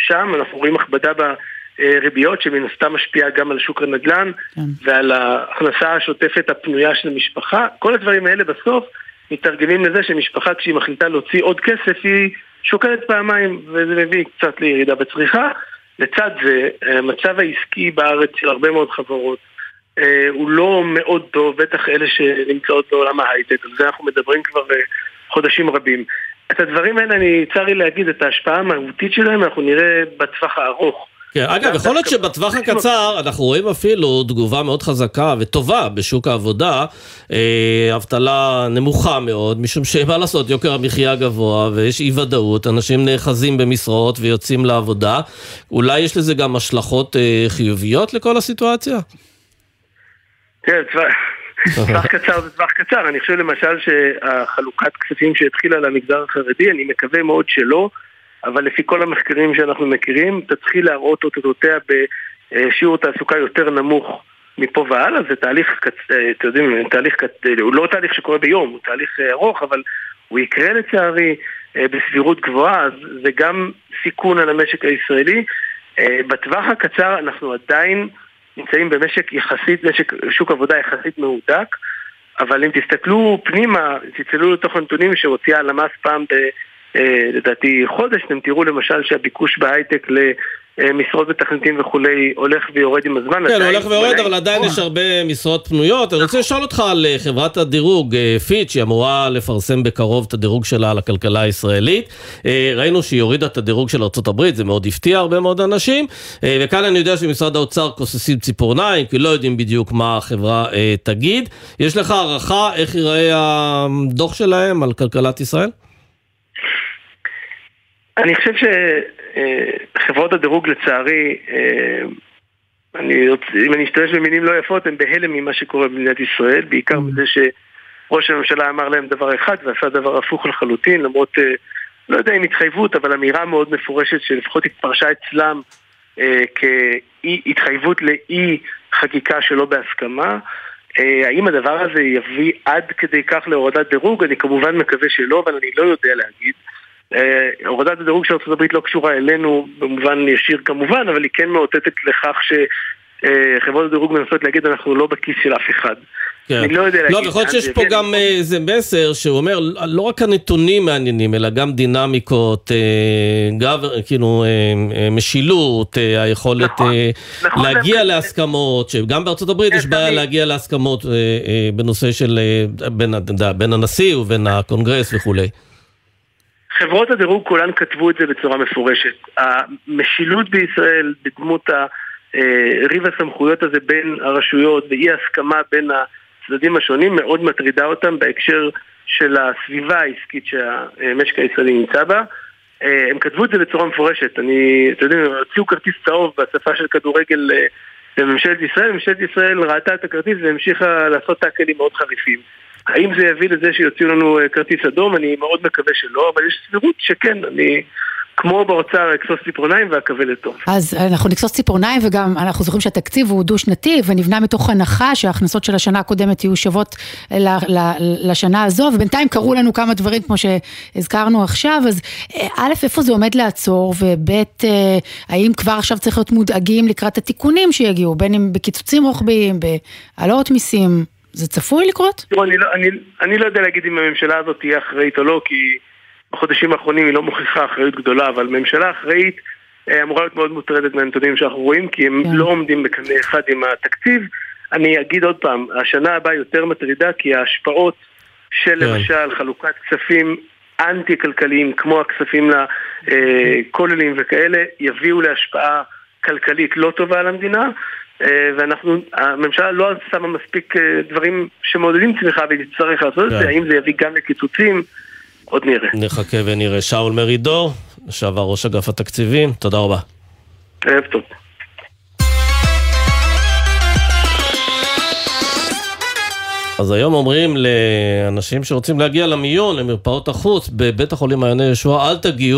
שם, אנחנו רואים הכבדה בריביות שמן הסתם משפיעה גם על שוק הנדל"ן ועל ההכנסה השוטפת הפנויה של המשפחה. כל הדברים האלה בסוף מתרגמים לזה שמשפחה כשהיא מחליטה להוציא עוד כסף היא שוקלת פעמיים, וזה מביא קצת לירידה בצריכה. לצד זה, המצב העסקי בארץ של הרבה מאוד חברות הוא לא מאוד טוב, בטח אלה שנמצאות בעולם ההייטק, על זה אנחנו מדברים כבר חודשים רבים. את הדברים האלה אני צר לי להגיד, את ההשפעה המהותית שלהם אנחנו נראה בטווח הארוך. כן, אגב, יכול להיות שבטווח הקצר אנחנו רואים אפילו תגובה מאוד חזקה וטובה בשוק העבודה, אבטלה נמוכה מאוד, משום שמה לעשות, יוקר המחיה גבוה ויש אי ודאות, אנשים נאחזים במשרות ויוצאים לעבודה, אולי יש לזה גם השלכות חיוביות לכל הסיטואציה? כן, טווח קצר זה טווח קצר, אני חושב למשל שהחלוקת כספים שהתחילה למגזר החרדי, אני מקווה מאוד שלא, אבל לפי כל המחקרים שאנחנו מכירים, תתחיל להראות אותותיה בשיעור תעסוקה יותר נמוך מפה והלאה. זה תהליך, אתם יודעים, תהליך, הוא לא תהליך שקורה ביום, הוא תהליך ארוך, אבל הוא יקרה לצערי בסבירות גבוהה, אז זה גם סיכון על המשק הישראלי. בטווח הקצר אנחנו עדיין נמצאים במשק יחסית, משק, שוק עבודה יחסית מהודק, אבל אם תסתכלו פנימה, תצללו לתוך הנתונים שהוציאה הלמ"ס פעם ב... לדעתי חודש, אתם תראו למשל שהביקוש בהייטק למשרות בתכניתים וכולי הולך ויורד עם הזמן. כן, הולך ויורד, אבל עדיין יש הרבה משרות פנויות. אני רוצה לשאול אותך על חברת הדירוג פיץ', היא אמורה לפרסם בקרוב את הדירוג שלה על הכלכלה הישראלית. ראינו שהיא הורידה את הדירוג של ארצות הברית, זה מאוד הפתיע הרבה מאוד אנשים, וכאן אני יודע שמשרד האוצר כוססים ציפורניים, כי לא יודעים בדיוק מה החברה תגיד. יש לך הערכה איך ייראה הדוח שלהם על כלכלת ישראל? אני חושב שחברות הדירוג לצערי, אני, אם אני אשתמש במילים לא יפות, הם בהלם ממה שקורה במדינת ישראל, בעיקר בזה שראש הממשלה אמר להם דבר אחד ועשה דבר הפוך לחלוטין, למרות, לא יודע אם התחייבות, אבל אמירה מאוד מפורשת שלפחות התפרשה אצלם כהתחייבות לאי חקיקה שלא בהסכמה. האם הדבר הזה יביא עד כדי כך להורדת דירוג? אני כמובן מקווה שלא, אבל אני לא יודע להגיד. הורדת הדירוג של ארצות הברית לא קשורה אלינו במובן ישיר כמובן, אבל היא כן מאותתת לכך שחברות הדירוג מנסות להגיד אנחנו לא בכיס של אף אחד. אני לא יודע להגיד. לא, יכול להיות שיש פה גם איזה מסר שהוא אומר, לא רק הנתונים מעניינים, אלא גם דינמיקות, כאילו משילות, היכולת להגיע להסכמות, שגם בארצות הברית יש בעיה להגיע להסכמות בנושא של בין הנשיא ובין הקונגרס וכולי. חברות הדירוג כולן כתבו את זה בצורה מפורשת. המשילות בישראל בדמות הריב הסמכויות הזה בין הרשויות ואי הסכמה בין הצדדים השונים מאוד מטרידה אותם בהקשר של הסביבה העסקית שהמשק הישראלי נמצא בה. הם כתבו את זה בצורה מפורשת. אני, אתם יודעים, הוציאו כרטיס צהוב בשפה של כדורגל לממשלת ישראל. ממשלת ישראל ראתה את הכרטיס והמשיכה לעשות תעקלים מאוד חריפים. האם זה יביא לזה שיוציאו לנו כרטיס אדום? אני מאוד מקווה שלא, אבל יש סבירות שכן, אני כמו באוצר אקסוס ציפורניים והקווה לטוב. אז אנחנו נקסוס ציפורניים, וגם אנחנו זוכרים שהתקציב הוא דו-שנתי, ונבנה מתוך הנחה שההכנסות של השנה הקודמת יהיו שוות לשנה הזו, ובינתיים קראו לנו כמה דברים כמו שהזכרנו עכשיו, אז א', איפה זה עומד לעצור, וב', האם כבר עכשיו צריך להיות מודאגים לקראת התיקונים שיגיעו, בין אם בקיצוצים רוחביים, בהעלאות מיסים, זה צפוי לקרות? תראו, אני לא, אני, אני לא יודע להגיד אם הממשלה הזאת תהיה אחראית או לא, כי בחודשים האחרונים היא לא מוכיחה אחריות גדולה, אבל ממשלה אחראית אמורה להיות מאוד מוטרדת מהנתונים שאנחנו רואים, כי הם yeah. לא עומדים בקנה אחד עם התקציב. אני אגיד עוד פעם, השנה הבאה יותר מטרידה, כי ההשפעות של yeah. למשל חלוקת כספים אנטי-כלכליים, כמו הכספים לכוללים וכאלה, יביאו להשפעה כלכלית לא טובה על המדינה, ואנחנו, הממשלה לא שמה מספיק דברים שמעודדים צמיחה והיא תצטרך לעשות את זה, האם זה יביא גם לקיצוצים, עוד נראה. נחכה ונראה. שאול מרידור, לשעבר ראש אגף התקציבים, תודה רבה. ערב טוב. אז היום אומרים לאנשים שרוצים להגיע למיון, למרפאות החוץ, בבית החולים מעייני ישועה, אל תגיעו,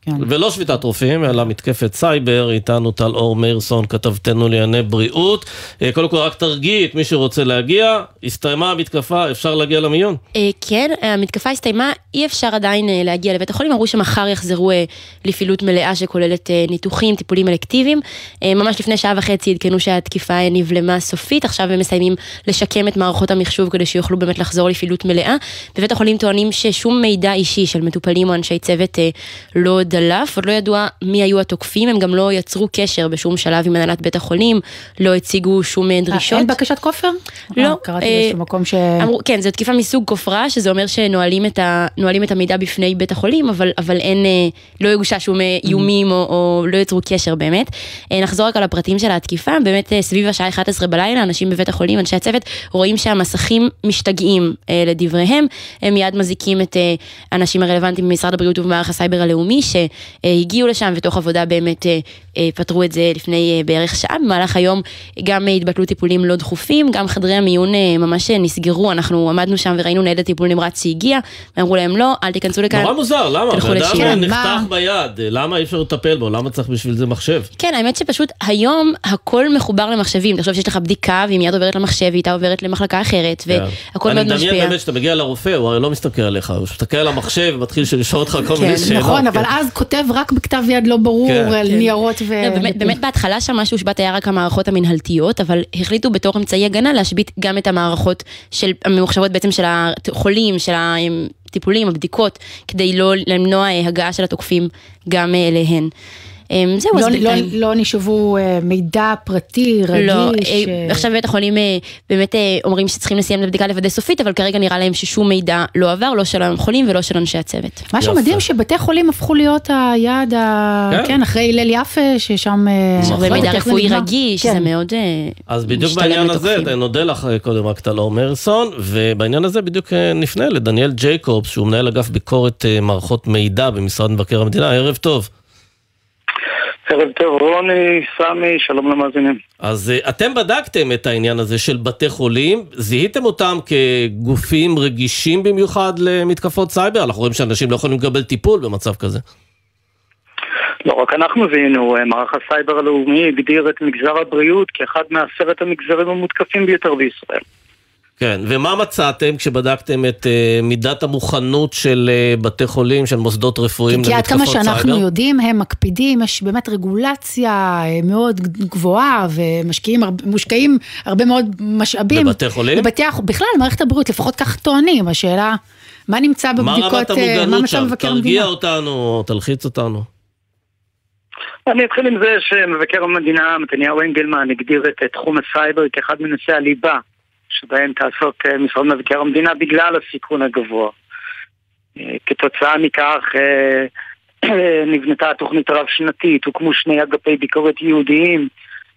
ולא שביתת רופאים, אלא מתקפת סייבר. איתנו טל אור מאירסון, כתבתנו לענייני בריאות. קודם כל רק תרגיע את מי שרוצה להגיע. הסתיימה המתקפה, אפשר להגיע למיון? כן, המתקפה הסתיימה, אי אפשר עדיין להגיע לבית החולים. אמרו שמחר יחזרו לפעילות מלאה שכוללת ניתוחים, טיפולים אלקטיביים. ממש לפני שעה וחצי עדכנו שהתקיפה נבלמה סופית. עכשיו הם מסיימים לשקם את מערכות המחשוב כדי שיוכלו באמת לחזור לפעילות מלאה. בבית החולים טוענים ששום מידע אישי של מטופלים או אנשי צוות לא דלף, עוד לא ידוע מי היו התוקפים, הם גם לא יצרו קשר בשום שלב עם הנהלת בית החולים, לא הציגו שום דרישות. אין בקשת כופר? לא. קראתי באיזשהו מקום ש... אמרו, כן, זו תקיפה מסוג כופרה, שזה אומר שנועלים את, ה, נועלים את המידע בפני בית החולים, אבל, אבל אין, לא יוגשה שום איומים או, או לא יצרו קשר באמת. נחזור רק על הפרטים של התקיפה, באמת סביב השעה אחת עשרה בלילה, אנשים בבית החולים, אנשי הצוות, רואים שהמסכים משתגעים לדבריהם, הם מיד מזיקים את האנשים הרלוונטיים במשרד הבריאות ובמערך הסייבר הלאומי, שהגיעו לשם ותוך עבודה באמת פתרו את זה לפני בערך שעה. במהלך היום גם התבטלו טיפולים לא דחופים, גם חדרי המיון ממש נסגרו, אנחנו עמדנו שם וראינו ניידת טיפול נמרץ שהגיע, ואמרו להם לא, אל תיכנסו לכאן. נורא מוזר, למה? ואדם נחתך ביד, למה אי אפשר לטפל בו? למה צריך בשביל זה מחשב? כן, האמת שפשוט היום הכל מחובר למחשבים, תחשוב שיש לך בדיקה והיא מיד עוברת למחשב, והיא עוברת למחלקה אחרת, והכל מאוד משפיע. אני מדמיין באמת שאתה מגיע לרופא, הוא הרי לא מסתכל עליך, הוא מסתכל על המחשב ומתחיל לשאול אותך כל מיני שאלות. נכון, אבל אז כותב רק בכתב יד לא ברור, על ניירות ו... באמת בהתחלה שם משהו שבת היה רק המערכות המנהלתיות, אבל החליטו בתור אמצעי הגנה להשבית גם את המערכות של הממוחשבות בעצם של החולים, של הטיפולים, הבדיקות, כדי לא למנוע הגעה של התוקפים גם אליהן. זהו, לא, לא, לא נשאבו מידע פרטי, רגיש. לא, עכשיו בית החולים באמת אומרים שצריכים לסיים לבדיקה לוודא סופית, אבל כרגע נראה להם ששום מידע לא עבר, לא של החולים ולא של אנשי הצוות. מה שמדהים שבתי חולים הפכו להיות היעד, כן, אחרי ליל יפה, ששם... זה מידע רפואי רגיש, זה מאוד... אז בדיוק בעניין הזה, נודה לך קודם רק טל אור מאירסון, ובעניין הזה בדיוק נפנה לדניאל ג'ייקובס, שהוא מנהל אגף ביקורת מערכות מידע במשרד מבקר המדינה. ערב טוב. ערב טוב, רוני, סמי, שלום למאזינים. אז אתם בדקתם את העניין הזה של בתי חולים, זיהיתם אותם כגופים רגישים במיוחד למתקפות סייבר? אנחנו רואים שאנשים לא יכולים לקבל טיפול במצב כזה. לא רק אנחנו זיהינו, מערך הסייבר הלאומי הגדיר את מגזר הבריאות כאחד מעשרת המגזרים המותקפים ביותר בישראל. כן, ומה מצאתם כשבדקתם את uh, מידת המוכנות של uh, בתי חולים, של מוסדות רפואיים למתקפות סייבר? כי עד כמה שאנחנו יודעים, הם מקפידים, יש באמת רגולציה מאוד גבוהה, ומשקיעים מושקעים הרבה מאוד משאבים. בבתי חולים? בבתי, בכלל, מערכת הבריאות, לפחות כך טוענים, השאלה, מה נמצא בבדיקות, מה רמת המוגנות שם? תרגיע אותנו, תלחיץ אותנו. אני אתחיל עם זה שמבקר המדינה, מתניהו אנגלמן, הגדיר את תחום הסייבר כאחד מנושאי הליבה, שבהם תעסוק משרד מבקר המדינה בגלל הסיכון הגבוה. כתוצאה מכך נבנתה תוכנית רב שנתית, הוקמו שני אגפי ביקורת יהודיים,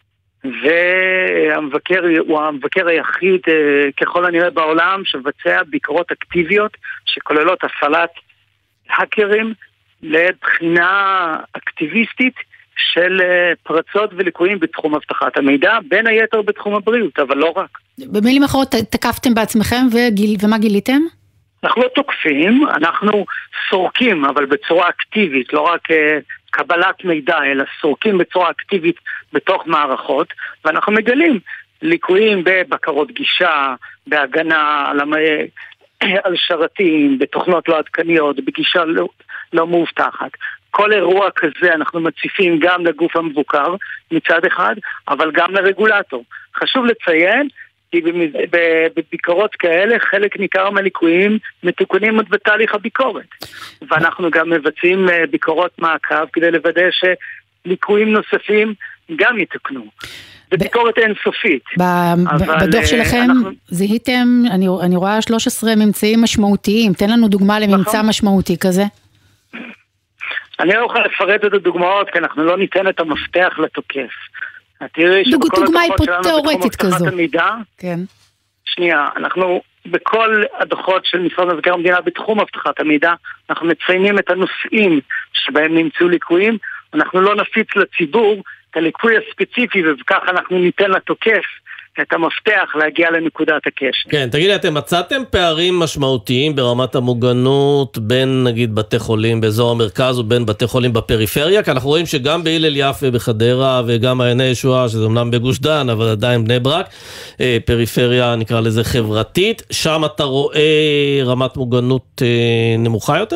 והמבקר הוא המבקר היחיד ככל הנראה בעולם שבצע ביקורות אקטיביות שכוללות הפעלת האקרים לבחינה אקטיביסטית של פרצות וליקויים בתחום הבטחת המידע, בין היתר בתחום הבריאות, אבל לא רק. במילים אחרות, תקפתם בעצמכם וגיל, ומה גיליתם? אנחנו לא תוקפים, אנחנו סורקים, אבל בצורה אקטיבית, לא רק uh, קבלת מידע, אלא סורקים בצורה אקטיבית בתוך מערכות, ואנחנו מגלים ליקויים בבקרות גישה, בהגנה על, המ... על שרתים, בתוכנות לא עדכניות, בגישה לא, לא מאובטחת. כל אירוע כזה אנחנו מציפים גם לגוף המבוקר מצד אחד, אבל גם לרגולטור. חשוב לציין כי בביקורות כאלה חלק ניכר מהליקויים מתוקנים עוד בתהליך הביקורת. ואנחנו גם מבצעים ביקורות מעקב כדי לוודא שליקויים נוספים גם יתוקנו. זה ביקורת אינסופית. בדוח שלכם זיהיתם, אני רואה שלושה עשר ממצאים משמעותיים. תן לנו דוגמה לממצא משמעותי כזה. אני לא יכול לפרט את הדוגמאות, כי אנחנו לא ניתן את המפתח לתוקף. דוגמה היפותאורטית כזו. כן. שנייה, אנחנו בכל הדוחות של משרד מבקר המדינה בתחום הבטחת המידע, אנחנו מציינים את הנושאים שבהם נמצאו ליקויים, אנחנו לא נפיץ לציבור את הליקוי הספציפי, וכך אנחנו ניתן לתוקף את המפתח להגיע לנקודת הקשר. כן, תגיד לי, אתם מצאתם פערים משמעותיים ברמת המוגנות בין נגיד בתי חולים באזור המרכז ובין בתי חולים בפריפריה? כי אנחנו רואים שגם בהלל יפה בחדרה וגם מעייני ישועה, שזה אמנם בגוש דן, אבל עדיין בני ברק, פריפריה נקרא לזה חברתית, שם אתה רואה רמת מוגנות נמוכה יותר?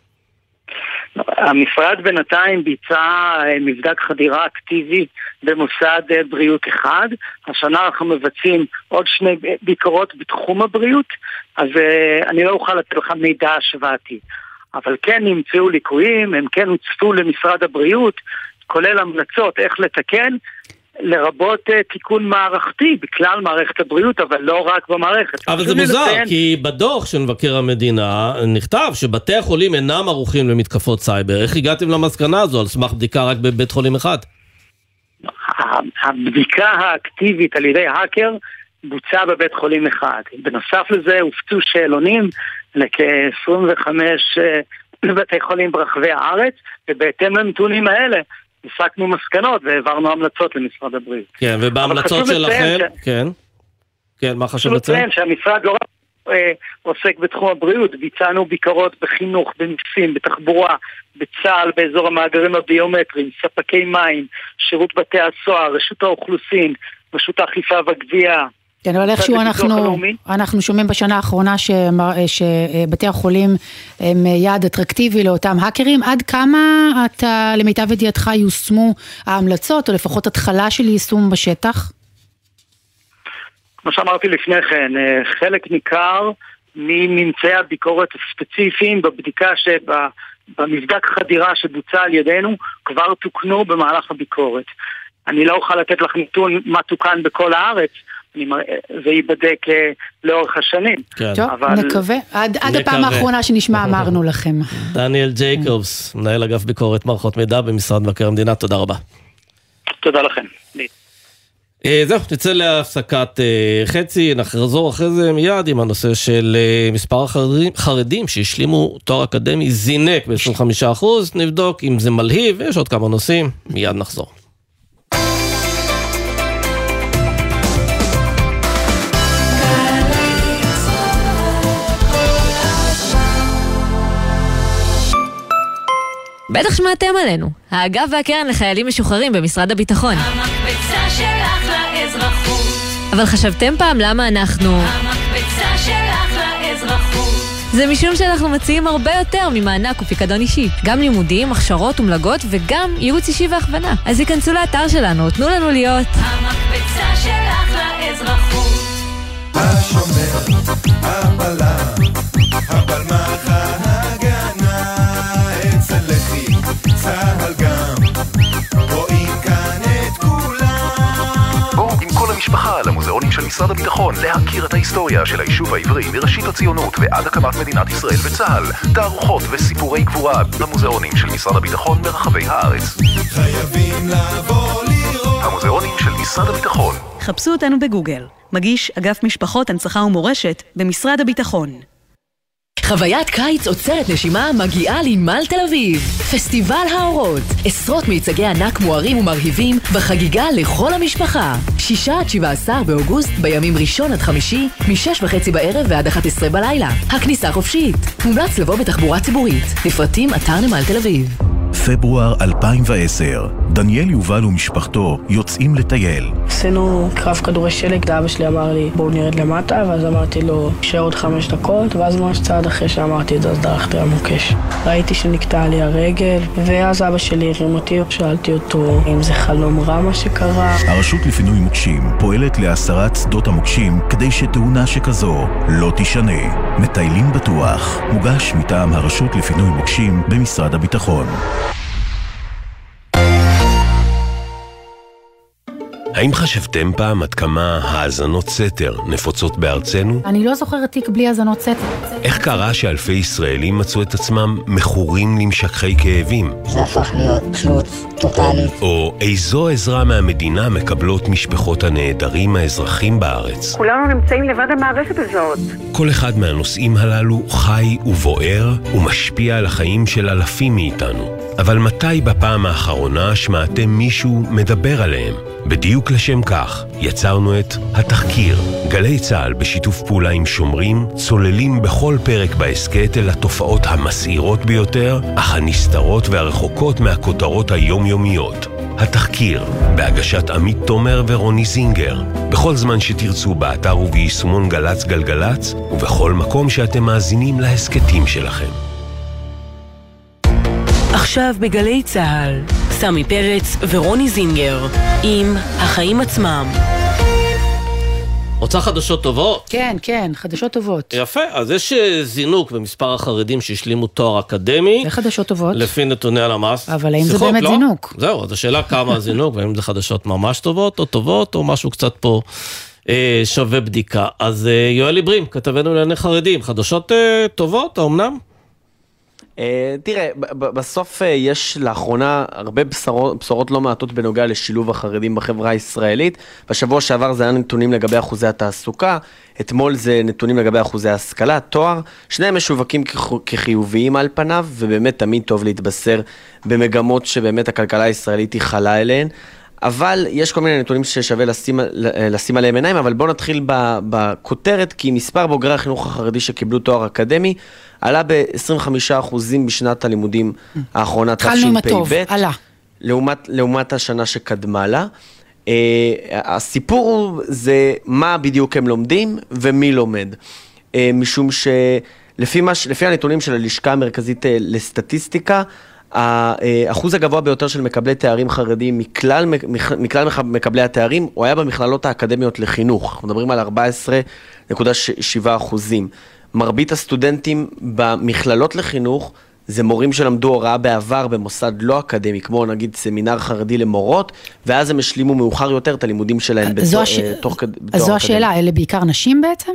המשרד בינתיים ביצע מבדק חדירה אקטיבי במוסד בריאות אחד. השנה אנחנו מבצעים עוד שני ביקורות בתחום הבריאות, אז אני לא אוכל לתת לך מידע השוואתי. אבל כן נמצאו ליקויים, הם כן הוצפו למשרד הבריאות, כולל המלצות איך לתקן, לרבות תיקון מערכתי בכלל מערכת הבריאות, אבל לא רק במערכת. אבל זה מוזר, לציין... כי בדוח של מבקר המדינה נכתב שבתי החולים אינם ערוכים למתקפות סייבר. איך הגעתם למסקנה הזו על סמך בדיקה רק בבית חולים אחד? הבדיקה האקטיבית על ידי האקר בוצעה בבית חולים אחד. בנוסף לזה הופצו שאלונים לכ-עשרים וחמישה בתי חולים ברחבי הארץ, ובהתאם לנתונים האלה הסקנו מסקנות והעברנו המלצות למשרד הבריאות. כן, ובהמלצות שלכם, ש... כן, כן, מה חשוב לציין? שהמשרד לא רק אה, עוסק בתחום הבריאות, ביצענו ביקורות בחינוך, במיסים, בתחבורה, בצה"ל, באזור המאגרים הביומטריים, ספקי מים, שירות בתי הסוהר, רשות האוכלוסין, רשות האכיפה והגבייה. כן, אבל איכשהו אנחנו, אנחנו שומעים בשנה האחרונה שבתי החולים הם יעד אטרקטיבי לאותם האקרים. עד כמה אתה, למיטב ידיעתך, יושמו ההמלצות, או לפחות התחלה של יישום בשטח? כמו שאמרתי לפני כן, חלק ניכר מממצאי הביקורת הספציפיים בבדיקה שבמבדק חדירה שבוצע על ידינו כבר תוקנו במהלך הביקורת. אני לא אוכל לתת לך נתון מה תוקן בכל הארץ, זה ייבדק לאורך השנים. טוב, נקווה. עד הפעם האחרונה שנשמע אמרנו לכם. דניאל ג'ייקובס, מנהל אגף ביקורת מערכות מידע במשרד מבקר המדינה, תודה רבה. תודה לכם. זהו, נצא להפסקת חצי, נחזור אחרי זה מיד עם הנושא של מספר חרדים שהשלימו תואר אקדמי זינק ב-עשרים וחמישה אחוז, נבדוק אם זה מלהיב, ויש עוד כמה נושאים, מיד נחזור. בטח שמעתם עלינו, האגף והקרן לחיילים משוחררים במשרד הביטחון. המקבצה שלך לאזרחות. אבל חשבתם פעם למה אנחנו... המקבצה שלך לאזרחות. זה משום שאנחנו מציעים הרבה יותר ממענק ופיקדון אישי. גם לימודים, הכשרות ומלגות וגם ייעוץ אישי והכוונה. אז היכנסו לאתר שלנו, תנו לנו להיות... המקבצה שלך לאזרחות. השומר, הבלה, הבלמח ההגנה. צהל גם, רואים כאן את כולם. בואו עם כל המשפחה למוזיאונים של משרד הביטחון להכיר את ההיסטוריה של היישוב העברי מראשית הציונות ועד הקמת מדינת ישראל וצה"ל. תערוכות וסיפורי גבורה במוזיאונים של משרד הביטחון ברחבי הארץ. חייבים לבוא לראות. המוזיאונים של משרד הביטחון. חפשו אותנו בגוגל. מגיש אגף משפחות, הנצחה ומורשת במשרד הביטחון. חוויית קיץ עוצרת נשימה מגיעה לנמל תל אביב. פסטיבל האורות. עשרות מיצגי ענק מוארים ומרהיבים בחגיגה לכל המשפחה. שישה עד שבעה עשר באוגוסט בימים ראשון עד חמישי, משש וחצי בערב ועד אחת עשרה בלילה. הכניסה חופשית. מומלץ לבוא בתחבורה ציבורית. לפרטים אתר נמל תל אביב. פברואר אלפיים ועשר, דניאל יובל ומשפחתו יוצאים לטייל. עשינו קרב כדורי שלג, אבא שלי אמר לי בואו נרד למטה, ואז אמרתי לו שער עוד חמש דקות, ואז ממש צעד אחרי שאמרתי את זה אז דרכתי על מוקש. ראיתי שנקטע לי הרגל, ואז אבא שלי הרים אותי, שאלתי אותו אם זה חלום רע מה שקרה. הרשות לפינוי מוקשים פועלת להסרת שדות המוקשים כדי שתאונה שכזו לא תשנה. מטיילים בטוח, מוגש מטעם הרשות לפינוי מוקשים במשרד הביטחון. האם חשבתם פעם עד כמה האזנות סתר נפוצות בארצנו? אני לא זוכרת תיק בלי האזנות סתר. איך קרה שאלפי ישראלים מצאו את עצמם מכורים למשככי כאבים? זה הפך להיות תלות טוטלית. או איזו עזרה מהמדינה מקבלות משפחות הנעדרים האזרחים בארץ? כולנו נמצאים לבד המערכת הזאת. כל אחד מהנושאים הללו חי ובוער ומשפיע על החיים של אלפים מאיתנו. אבל מתי בפעם האחרונה שמעתם מישהו מדבר עליהם? בדיוק לשם כך יצרנו את התחקיר. גלי צהל בשיתוף פעולה עם שומרים צוללים בכל פרק בעסקת אל התופעות המסעירות ביותר, אך הנסתרות והרחוקות מהכותרות היומיומיות. התחקיר, בהגשת עמית תומר ורוני זינגר, בכל זמן שתרצו באתר וביישומון גלץ גלגלץ, ובכל מקום שאתם מאזינים להסקטים שלכם. עכשיו בגלי צהל, סמי פרץ ורוני זינגר, עם החיים עצמם. רוצה חדשות טובות? כן, כן, חדשות טובות. יפה, אז יש זינוק במספר החרדים שהשלימו תואר אקדמי. זה חדשות טובות. לפי נתוני הלמ"ס. אבל האם זה באמת זינוק? זהו, אז השאלה כמה הזינוק, והאם זה חדשות ממש טובות או טובות, או משהו קצת פה אה, שווה בדיקה. אז אה, יואל עיברים, כתבנו לענייני חרדים, חדשות אה, טובות, האומנם? תראה, בסוף יש לאחרונה הרבה בשורות, בשורות לא מעטות בנוגע לשילוב החרדים בחברה הישראלית. בשבוע שעבר זה היה נתונים לגבי אחוזי התעסוקה, אתמול זה נתונים לגבי אחוזי ההשכלה, תואר, שניהם משווקים כחיוביים על פניו, ובאמת תמיד טוב להתבשר במגמות שבאמת הכלכלה הישראלית היא חלה אליהן. אבל יש כל מיני נתונים ששווה לשים, לשים עליהם עיניים, אבל בואו נתחיל בכותרת, כי מספר בוגרי החינוך החרדי שקיבלו תואר אקדמי, עלה ב-עשרים וחמישה אחוז בשנת הלימודים האחרונה, התחלנו עם הטוב, עלה. לעומת, לעומת השנה שקדמה לה. Uh, הסיפור זה מה בדיוק הם לומדים ומי לומד. Uh, משום שלפי מש, לפי הנתונים של הלשכה המרכזית uh, לסטטיסטיקה, האחוז הגבוה ביותר של מקבלי תארים חרדים מכלל, מכלל מקבלי התארים, הוא היה במכללות האקדמיות לחינוך. אנחנו מדברים על ארבע עשרה נקודה שבע אחוזים. מרבית הסטודנטים במכללות לחינוך זה מורים שלמדו הוראה בעבר במוסד לא אקדמי, כמו נגיד סמינר חרדי למורות, ואז הם השלימו מאוחר יותר את הלימודים שלהם בתואר אקדמי. אז זו השאלה, אלה בעיקר נשים בעצם?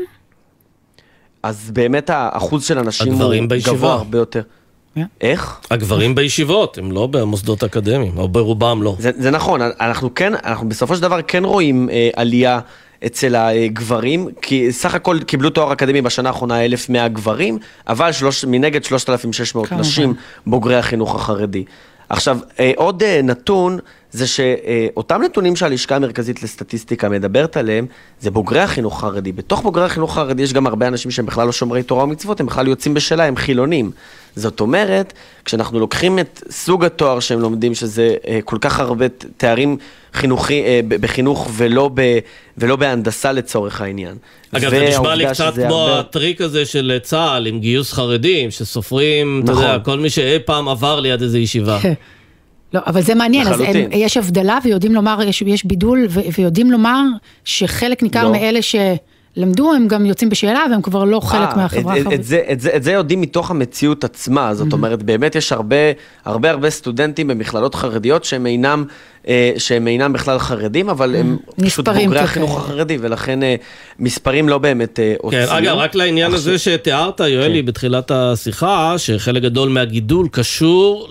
אז באמת האחוז של הנשים הוא גבוה הרבה יותר. איך? הגברים בישיבות, הם לא במוסדות אקדמיים, או ברובם לא. זה, זה נכון, אנחנו כן, אנחנו בסופו של דבר כן רואים אה, עלייה אצל הגברים, כי סך הכל קיבלו תואר אקדמי בשנה האחרונה אלף ומאה גברים, אבל שלוש, מנגד שלושת אלפים ושש מאות נשים בוגרי החינוך החרדי. עכשיו, אה, עוד אה, נתון, זה שאותם נתונים שהלשכה המרכזית לסטטיסטיקה מדברת עליהם, זה בוגרי החינוך החרדי. בתוך בוגרי החינוך החרדי יש גם הרבה אנשים שהם בכלל לא שומרי תורה ומצוות, הם בכלל יוצאים בשלה, הם חילונים. זאת אומרת, כשאנחנו לוקחים את סוג התואר שהם לומדים, שזה כל כך הרבה תארים חינוכי, בחינוך ולא, ב, ולא בהנדסה לצורך העניין. אגב, זה נשמע לי קצת כמו הרבה... הטריק הזה של צה"ל עם גיוס חרדים, שסופרים, נכון. אתה יודע, כל מי שאי פעם עבר ליד איזו ישיבה. לא, אבל זה מעניין, אז הם, יש הבדלה ויודעים לומר, יש, יש בידול ו, ויודעים לומר שחלק ניכר לא. מאלה שלמדו, הם גם יוצאים בשאלה והם כבר לא חלק 아, מהחברה החרדית. את, את, את, את, את זה יודעים מתוך המציאות עצמה, זאת mm-hmm. אומרת, באמת יש הרבה, הרבה, הרבה סטודנטים במכללות חרדיות שהם אינם, שהם אינם בכלל חרדים, אבל הם פשוט בוגרי החינוך החרדי, ולכן מספרים לא באמת הוציאו. כן, אגב, רק לעניין הזה שתיארת, יואלי, בתחילת השיחה, שחלק גדול מהגידול קשור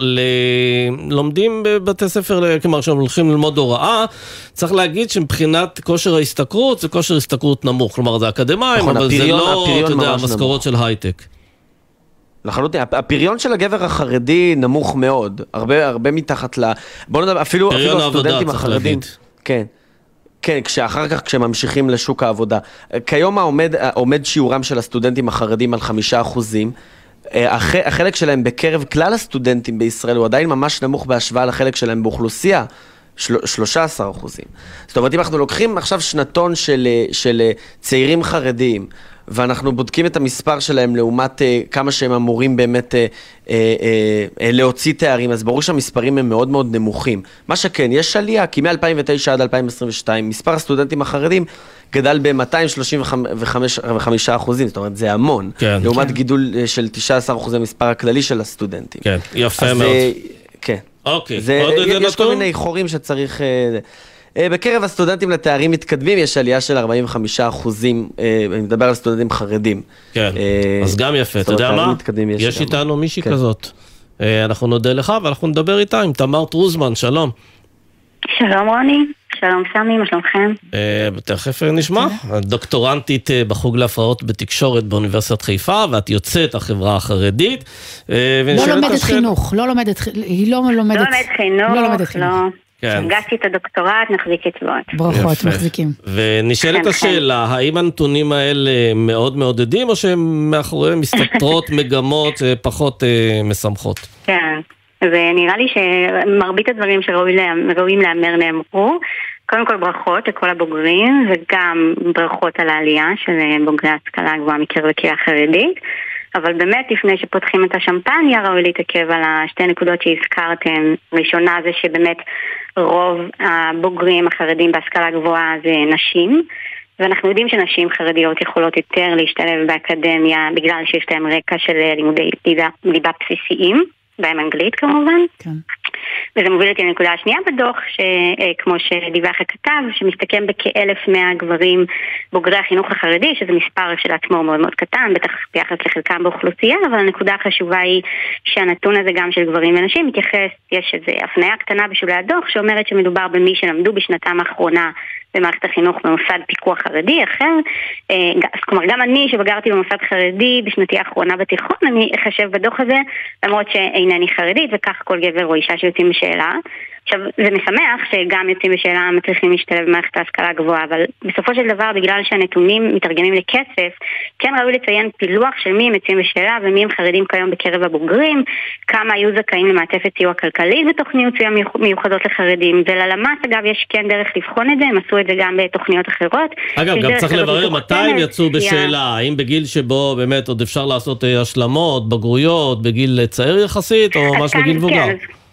ללומדים בבתי ספר, כלומר, שהם הולכים ללמוד הוראה, צריך להגיד שמבחינת כושר ההשתכרות, זה כושר השתכרות נמוך, כלומר, זה אקדמיים, אבל זה לא, אתה יודע, המשכורות של הייטק. לחלוטין, הפריון של הגבר החרדי נמוך מאוד, הרבה, הרבה מתחת ל... בוא נדבר, אפילו, אפילו הסטודנטים החרדים. כן, כן, כשאחר כך, כשממשיכים לשוק העבודה. כיום העומד, עומד שיעורם של הסטודנטים החרדים על חמישה אחוזים, החלק שלהם בקרב כלל הסטודנטים בישראל הוא עדיין ממש נמוך בהשוואה לחלק שלהם באוכלוסייה, שלושה עשר אחוזים. זאת אומרת, אם אנחנו לוקחים עכשיו שנתון של, של צעירים חרדיים, ואנחנו בודקים את המספר שלהם לעומת uh, כמה שהם אמורים באמת uh, uh, uh, להוציא תארים, אז ברור שהמספרים הם מאוד מאוד נמוכים. מה שכן, יש עלייה, כי מ-אלפיים ותשע עד אלפיים עשרים ושתיים, מספר הסטודנטים החרדים גדל ב-מאתיים שלושים וחמישה אחוזים, זאת אומרת, זה המון. כן, לעומת כן. גידול של תשעה עשר אחוז המספר הכללי של הסטודנטים. כן, יפה מאוד. כן. אוקיי, זה, עוד יש, יש כל מיני חורים שצריך... בקרב הסטודנטים לתארים מתקדמים יש עלייה של ארבעים וחמישה אחוזים, אני מדבר על סטודנטים חרדים. כן, אז גם יפה, אתה יודע מה? יש איתנו מישהי כזאת. אנחנו נודה לך ואנחנו נדבר איתה עם תמר טרוזמן, שלום. שלום רוני, שלום סמי, מה שלומכם? תכף נשמע. דוקטורנטית בחוג להפרעות בתקשורת באוניברסיטת חיפה, ואת יוצאת החברה החרדית. לא לומדת חינוך, לא לומדת, היא לא לומדת. לא לומדת חינוך, לא. הגשתי את הדוקטורט, נחזיק אצבעות. ברכות, מחזיקים. ונשאלת השאלה, האם הנתונים האלה מאוד מעודדים, או שהם מאחוריהם מסתתרות מגמות פחות משמחות? כן, ונראה לי שמרבית הדברים שראויים לאמר נאמרו. קודם כל ברכות לכל הבוגרים, וגם ברכות על העלייה של בוגרי ההשכלה הגבוהה מקרב הקהילה החרדית. אבל באמת לפני שפותחים את השמפניה ראוי להתעכב על השתי נקודות שהזכרתם. ראשונה זה שבאמת רוב הבוגרים החרדים בהשכלה גבוהה זה נשים, ואנחנו יודעים שנשים חרדיות יכולות יותר להשתלב באקדמיה בגלל שיש להם רקע של לימודי ליבה, ליבה בסיסיים, בהם אנגלית כמובן. כן. וזה מוביל אותי לנקודה השנייה בדוח, שכמו שדיווח הכתב, שמסתכם בכ-אלף מאה גברים בוגרי החינוך החרדי, שזה מספר של עצמו מאוד מאוד קטן, בטח ביחס לחלקם באוכלוסייה, אבל הנקודה החשובה היא שהנתון הזה גם של גברים ונשים מתייחס, יש איזו הפניה קטנה בשולי הדוח, שאומרת שמדובר במי שלמדו בשנתם האחרונה במערכת החינוך במוסד פיקוח חרדי אחר. כלומר, גם אני שבגרתי במוסד חרדי בשנתי האחרונה בתיכון, אני אחשב בדוח הזה, למרות שאינני חרדית, וכך כל גבר או אישה שיוצאים בשאלה. עכשיו, זה משמח שגם יוצאים בשאלה מצליחים להשתלב במערכת ההשכלה הגבוהה, אבל בסופו של דבר, בגלל שהנתונים מתרגמים לכסף, כן ראוי לציין פילוח של מי הם יוצאים בשאלה ומי הם חרדים כיום בקרב הבוגרים, כמה היו זכאים למעטפת סיוע כלכלי בתוכניות סיוע מיוחדות לחרדים, וללמ"ס אגב יש כן דרך לבחון את זה, הם עשו את זה גם בתוכניות אחרות. אגב, גם צריך לברר מתי הם יצאו בשאלה, האם בגיל שבו באמת עוד אפשר לעשות השלמות, בגרויות, בגיל צעיר יחסית, או ממש בגיל מבוגר?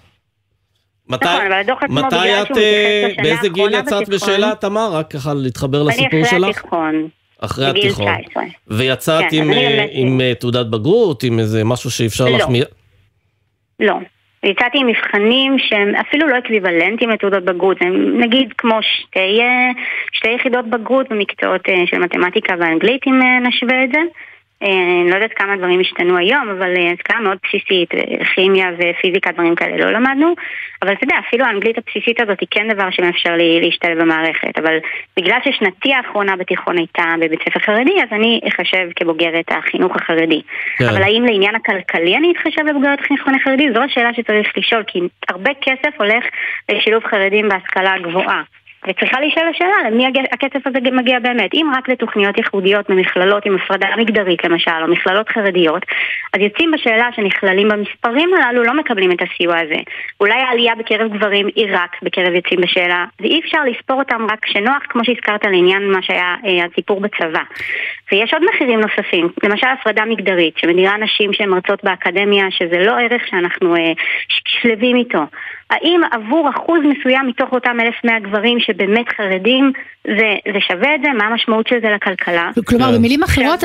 מתי, מתי את, באיזה גיל יצאת בשאלה, תמר? רק ככה להתחבר לסיפור שלך? אחרי התיכון. אחרי התיכון. ויצאת עם תעודת בגרות, עם איזה משהו שאפשר לך... לא. יצאתי עם מבחנים שהם אפילו לא אקוויוולנטיים לתעודת בגרות, הם נגיד כמו שתי, שתי יחידות בגרות במקצועות של מתמטיקה ואנגלית, אם נשווה את זה. אני לא יודעת כמה דברים השתנו היום, אבל השכלה מאוד בסיסית, כימיה ופיזיקה, דברים כאלה לא למדנו, אבל אתה יודע, אפילו האנגלית הבסיסית הזאת היא כן דבר שמאפשר לי להשתלב במערכת, אבל בגלל ששנתי האחרונה בתיכון הייתה בבית ספר חרדי, אז אני אחשב כבוגרת החינוך החרדי. כן. אבל האם לעניין הכלכלי אני אתחשב לבוגרת החינוך החרדי? זו השאלה שצריך לשאול, כי הרבה כסף הולך לשילוב חרדים בהשכלה הגבוהה. וצריכה להישאל השאלה, למי הכסף הזה מגיע באמת? אם רק לתוכניות ייחודיות ממכללות עם הפרדה מגדרית למשל, או מכללות חרדיות, אז יוצאים בשאלה שנכללים במספרים הללו לא מקבלים את הסיוע הזה. אולי העלייה בקרב גברים היא רק בקרב יוצאים בשאלה, ואי אפשר לספור אותם רק שנוח, כמו שהזכרת לעניין מה שהיה אה, הסיפור בצבא. ויש עוד מחירים נוספים, למשל הפרדה מגדרית, שמדירה נשים שהן מרצות באקדמיה, שזה לא ערך שאנחנו אה, שלבים איתו. האם עבור אחוז מסוים מתוך אותם אלף מאה גברים שבאמת חרדים, זה, זה שווה את זה? מה המשמעות של זה לכלכלה? כלומר, במילים אחרות,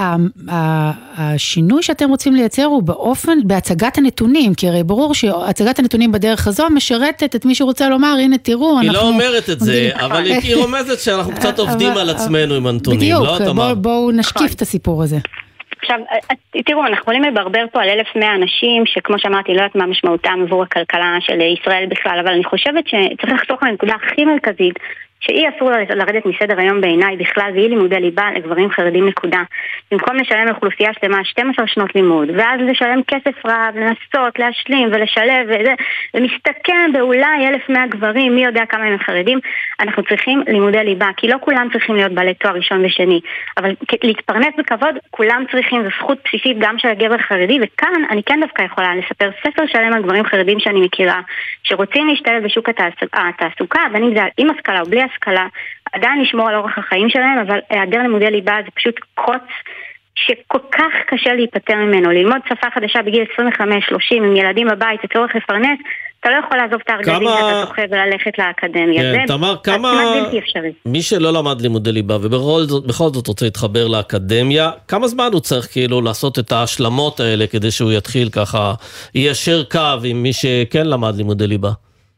השינוי שאתם רוצים לייצר הוא באופן, בהצגת הנתונים, כי הרי ברור שהצגת הנתונים בדרך הזו משרתת את מי שרוצה לומר, הנה תראו, היא לא אומרת את זה, אבל היא רומזת שאנחנו קצת עובדים על עצמנו עם הנתונים, לא? בדיוק, בואו נשקיף את הסיפור הזה. עכשיו, תראו, אנחנו יכולים לברבר פה על אלף מאה אנשים, שכמו שאמרתי, לא יודעת מה משמעותם עבור הכלכלה של ישראל בכלל, אבל אני חושבת שצריך לחתוך לנקודה הכי מרכזית, שאי אסור לרדת מסדר היום בעיניי בכלל, והיא לימודי ליבה לגברים חרדים נקודה. במקום לשלם לאוכלוסייה שלמה שתים עשרה שנות לימוד, ואז לשלם כסף רב, לנסות, להשלים ולשלב, וזה, ומסתכם באולי אלף מאה גברים, מי יודע כמה הם חרדים, אנחנו צריכים לימודי ליבה, כי לא כולם צריכים להיות בעלי תואר ראשון ושני, אבל להתפרנס בכבוד, כולם צריכים, זו זכות בסיסית גם של הגבר חרדי, וכאן אני כן דווקא יכולה לספר ספר שלם על גברים חרדים שאני מכירה, שרוצים להשתלב בשוק התעסוקה, בין אם זה עם השכלה או בלי השכלה, עדיין לשמור על אורח החיים שלהם, אבל היעדר לימודי ליבה זה פשוט קוץ שכל כך קשה להיפטר ממנו. ללמוד שפה חדשה בגיל עשרים וחמש שלושים עם ילדים בבית, הצורך לפרנס, אתה לא יכול לעזוב את הארגזים שאתה זוכה וללכת לאקדמיה. כן, תמר, כמה... מי שלא למד לימודי ליבה ובכל זאת, בכל זאת רוצה להתחבר לאקדמיה, כמה זמן הוא צריך כאילו לעשות את ההשלמות האלה כדי שהוא יתחיל ככה, יישר קו עם מי שכן למד לימודי ליבה?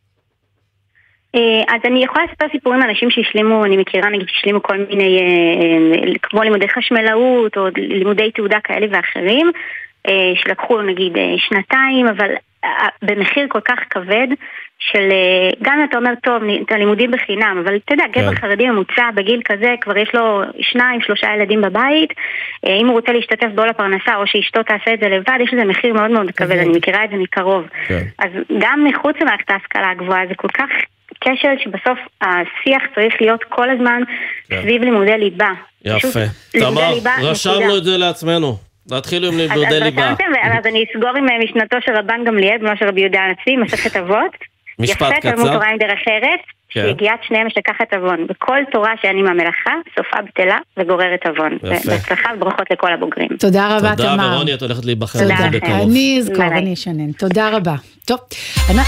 אז אני יכולה לספר סיפורים על אנשים שהשלימו, אני מכירה נגיד שהשלימו כל מיני, כמו לימודי חשמלאות או לימודי תעודה כאלה ואחרים, שלקחו נגיד שנתיים, אבל במחיר כל כך כבד, של, גם אתה אומר טוב, את הלימודים בחינם, אבל אתה יודע, גבר חרדי ממוצע בגיל כזה, כבר יש לו שניים, שלושה ילדים בבית, אם הוא רוצה להשתתף בעול הפרנסה, או שאשתו תעשה את זה לבד, יש לזה מחיר מאוד מאוד כבד, אני מכירה את זה מקרוב. אז גם מחוץ למערכת ההשכלה הגבוהה, זה כל כך כשל שבסוף השיח צריך להיות כל הזמן סביב לימודי ליבה. יפה. תמר, רשמנו את זה לעצמנו. להתחילו עם לימודי ליבה. אז אני אסגור עם משנתו של רבן גמליאל, בנו של רבי יהודה הנשיא, מסכת אבות. משפט קצר. יפה, תלמוד תורה עם דרך ארץ, שהגיעת שניהם משכחת עוון. בכל תורה שאני מהמלאכה, סופה בטלה וגוררת עוון. בהצלחה וברכות לכל הבוגרים. תודה רבה, תמר. תודה, ורוני, את הולכת להיבחר את זה בקרוב. אני אזכור, אני אשנן. תודה רבה. טוב, אני...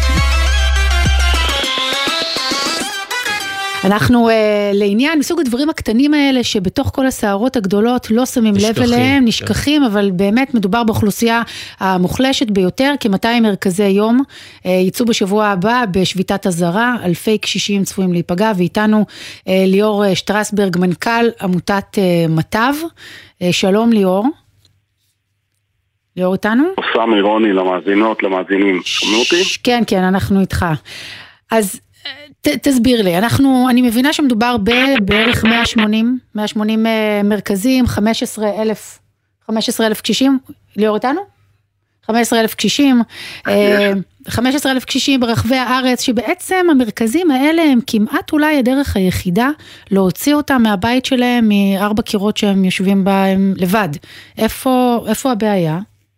אנחנו uh, לעניין מסוג הדברים הקטנים האלה שבתוך כל הסערות הגדולות לא שמים נשכחים, לב אליהם, נשכחים, כן. אבל באמת מדובר באוכלוסייה המוחלשת ביותר, כ-מאתיים מרכזי יום uh, ייצאו בשבוע הבא בשביתת הזרה, אלפי קשישים צפויים להיפגע, ואיתנו uh, ליאור שטרסברג, מנכ"ל עמותת uh, מטב. Uh, שלום ליאור. ליאור איתנו? עושה מירוני למאזינות, למאזינים. שומעים אותי? כן, כן, אנחנו איתך. אז ת, תסביר לי, אנחנו, אני מבינה שמדובר בערך מאה ושמונים מרכזים, חמישה עשר אלף קשישים, ליאור איתנו? חמישה עשר אלף קשישים, חמישה עשר אלף קשישים ברחבי הארץ, שבעצם המרכזים האלה הם כמעט אולי הדרך היחידה להוציא אותם מהבית שלהם, מארבע קירות שהם יושבים בהם לבד. איפה, איפה הבעיה?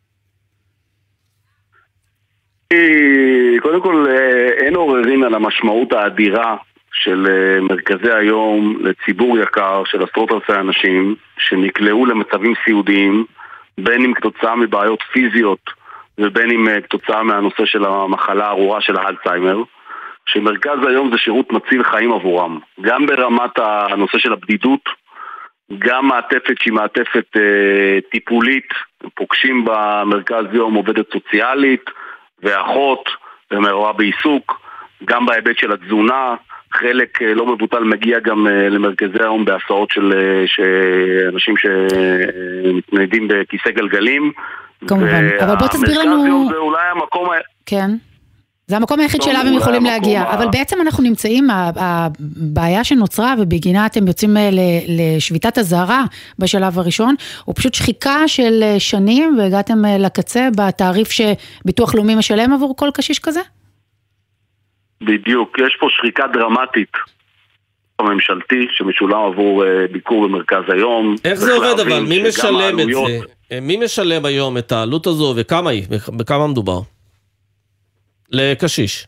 קודם כל, אין עוררין על המשמעות האדירה של מרכזי היום לציבור יקר של עשרות אלפי אנשים שנקלעו למצבים סיעודיים, בין אם כתוצאה מבעיות פיזיות ובין אם כתוצאה מהנושא של המחלה הארורה של האלצהיימר, שמרכז היום זה שירות מציל חיים עבורם, גם ברמת הנושא של הבדידות, גם מעטפת שהיא מעטפת אה, טיפולית, פוגשים במרכז יום עובדת סוציאלית ואחות ומרואה בעיסוק, גם בהיבט של התזונה, חלק לא מבוטל מגיע גם למרכזי היום בהסעות של אנשים שמתניידים בכיסא גלגלים. כמובן, אבל בוא תסביר לנו... זה אולי המקום... כן. זה המקום היחיד שאליו הם יכולים להגיע, אבל בעצם אנחנו נמצאים, הבעיה שנוצרה ובגינה אתם יוצאים לשביתת הזהרה בשלב הראשון, הוא פשוט שחיקה של שנים והגעתם לקצה בתעריף שביטוח לאומי משלם עבור כל קשיש כזה? בדיוק, יש פה שחיקה דרמטית הממשלתי שמשולם עבור ביקור במרכז היום. איך זה עובד אבל? מי משלם את זה? מי משלם היום את העלות הזו וכמה היא? בכמה מדובר? לקשיש.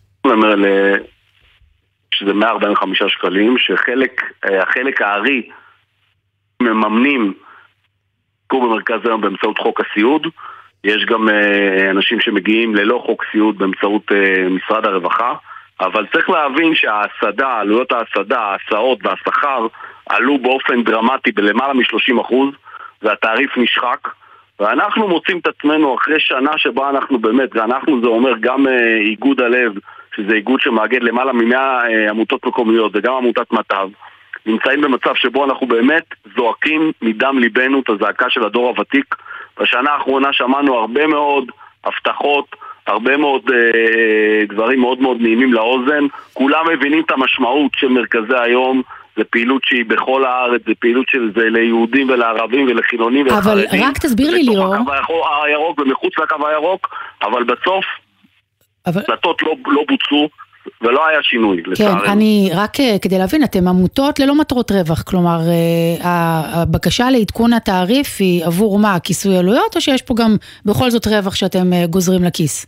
שזה מאה ארבעים וחמישה שקלים, שחלק, החלק הארי מממנים ביקור במרכז היום באמצעות חוק הסיעוד. יש גם אנשים שמגיעים ללא חוק סיעוד באמצעות משרד הרווחה. אבל צריך להבין שההסעדה, עלויות ההסעדה, ההסעות והשכר עלו באופן דרמטי בלמעלה מ-שלושים אחוז, והתעריף נשחק, ואנחנו מוצאים את עצמנו אחרי שנה שבה אנחנו באמת, ואנחנו זה אומר גם אה, איגוד הלב, שזה איגוד שמאגד למעלה ממאה אה, עמותות מקומיות, וגם עמותת מטב, נמצאים במצב שבו אנחנו באמת זועקים מדם ליבנו את הזעקה של הדור הוותיק. בשנה האחרונה שמענו הרבה מאוד הבטחות, הרבה מאוד אה, דברים מאוד מאוד נעימים לאוזן. כולם מבינים את המשמעות של מרכזי היום, זה פעילות שהיא בכל הארץ, זה פעילות של זה ליהודים ולערבים ולחילונים ולחרדים. אבל רק תסביר לי ליאור. בתוך הקו הירוק ומחוץ לקו הירוק, אבל בסוף החלטות אבל... לא, לא בוצעו ולא היה שינוי. כן, לצערנו. אני רק כדי להבין, אתם עמותות ללא מטרות רווח, כלומר הבקשה לעדכון התעריף היא עבור מה? כיסוי עלויות או שיש פה גם בכל זאת רווח שאתם גוזרים לכיס?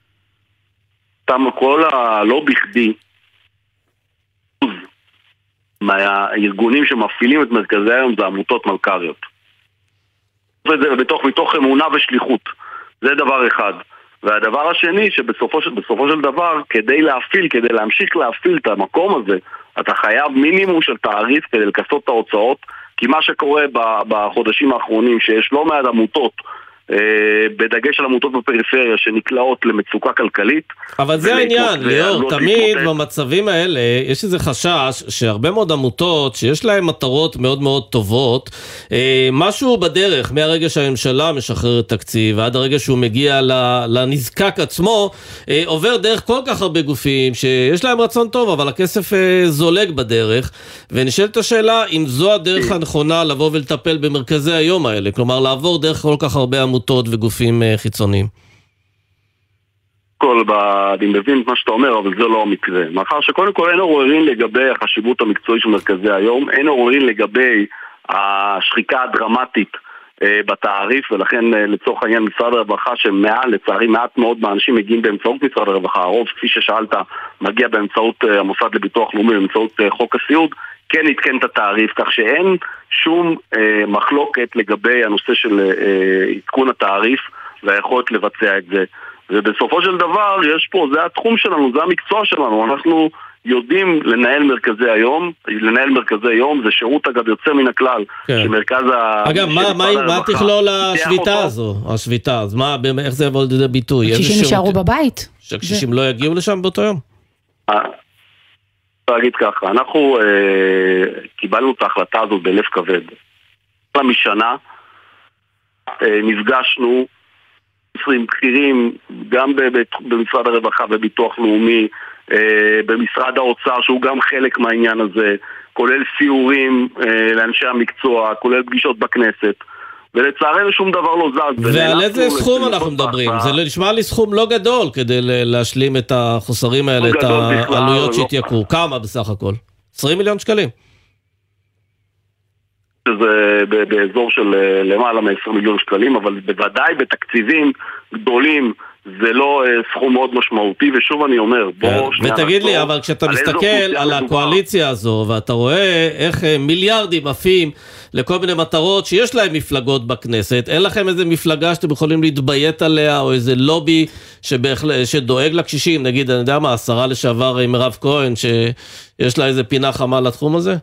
כל הלא בכדי מהארגונים שמפעילים את מרכזי היום זה עמותות מלכ"ריות. וזה בתוך, מתוך אמונה ושליחות. זה דבר אחד. והדבר השני שבסופו של, בסופו של דבר, כדי להפעיל, כדי להמשיך להפעיל את המקום הזה, אתה חייב מינימום של תעריף כדי לכסות את ההוצאות, כי מה שקורה בחודשים האחרונים, שיש לא מעט עמותות בדגש על עמותות בפריפריה שנקלעות למצוקה כלכלית. אבל זה העניין, ליאור, תמיד במצבים האלה יש איזה חשש שהרבה מאוד עמותות שיש להם מטרות מאוד מאוד טובות, משהו בדרך מהרגע שהממשלה משחררת תקציב ועד הרגע שהוא מגיע לנזקק עצמו, עובר דרך כל כך הרבה גופים שיש להם רצון טוב, אבל הכסף זולג בדרך, ונשאלת השאלה אם זו הדרך הנכונה לבוא ולטפל במרכזי היום האלה, כלומר לעבור דרך כל כך הרבה עמותות וגופים חיצוניים. כל, אני מבין את מה שאתה אומר, אבל זה לא המקרה. מאחר שקודם כל אין עוררין לגבי החשיבות המקצועית של מרכזי היום, אין עוררין לגבי השחיקה הדרמטית בתעריף, ולכן לצורך העניין משרד הרווחה שמעל, לצערי מעט מאוד מהאנשים מגיעים באמצעות משרד הרווחה, הרוב כפי ששאלת מגיע באמצעות המוסד לביטוח לאומי, באמצעות חוק הסיעוד, כן יתקן את התעריף, כך שאין שום אה, מחלוקת לגבי הנושא של אה, עדכון התעריף והיכולת לבצע את זה. ובסופו של דבר יש פה, זה התחום שלנו, זה המקצוע שלנו, אנחנו יודעים לנהל מרכזי היום, לנהל מרכזי יום זה שירות אגב יוצא מן הכלל, כן. שמרכז ה... אגב, מה, מה, מה תכלול השביתה הזו, השביתה, אז מה, איך זה יבוא לידי ביטוי? קשישים נשארו בבית? שקשישים לא יגיעו לשם באותו יום? להגיד ככה, אנחנו אה, קיבלנו את ההחלטה הזאת בלב כבד. משנה אה, נפגשנו עם בכירים גם במשרד הרווחה וביטוח לאומי, אה, במשרד האוצר שהוא גם חלק מהעניין הזה, כולל סיורים אה, לאנשי המקצוע, כולל פגישות בכנסת, ולצערנו שום דבר לא זז. ועל איזה סכום אנחנו מדברים? זה נשמע לי סכום לא גדול כדי להשלים את החוסרים האלה, את העלויות שהתייקרו. כמה בסך הכל? עשרים מיליון שקלים. זה באזור של למעלה מ-עשרים מיליון שקלים, אבל בוודאי בתקציבים גדולים זה לא סכום מאוד משמעותי, ושוב אני אומר, בוא... ותגיד לי, אבל כשאתה מסתכל על הקואליציה הזו, ואתה רואה איך מיליארדים עפים לכל מיני מטרות שיש להם מפלגות בכנסת, אין לכם איזה מפלגה שאתם יכולים להתביית עליה, או איזה לובי שדואג לקשישים, נגיד, אני יודע מה, השרה לשעבר מירב כהן, שיש לה איזה פינה חמה לתחום הזה?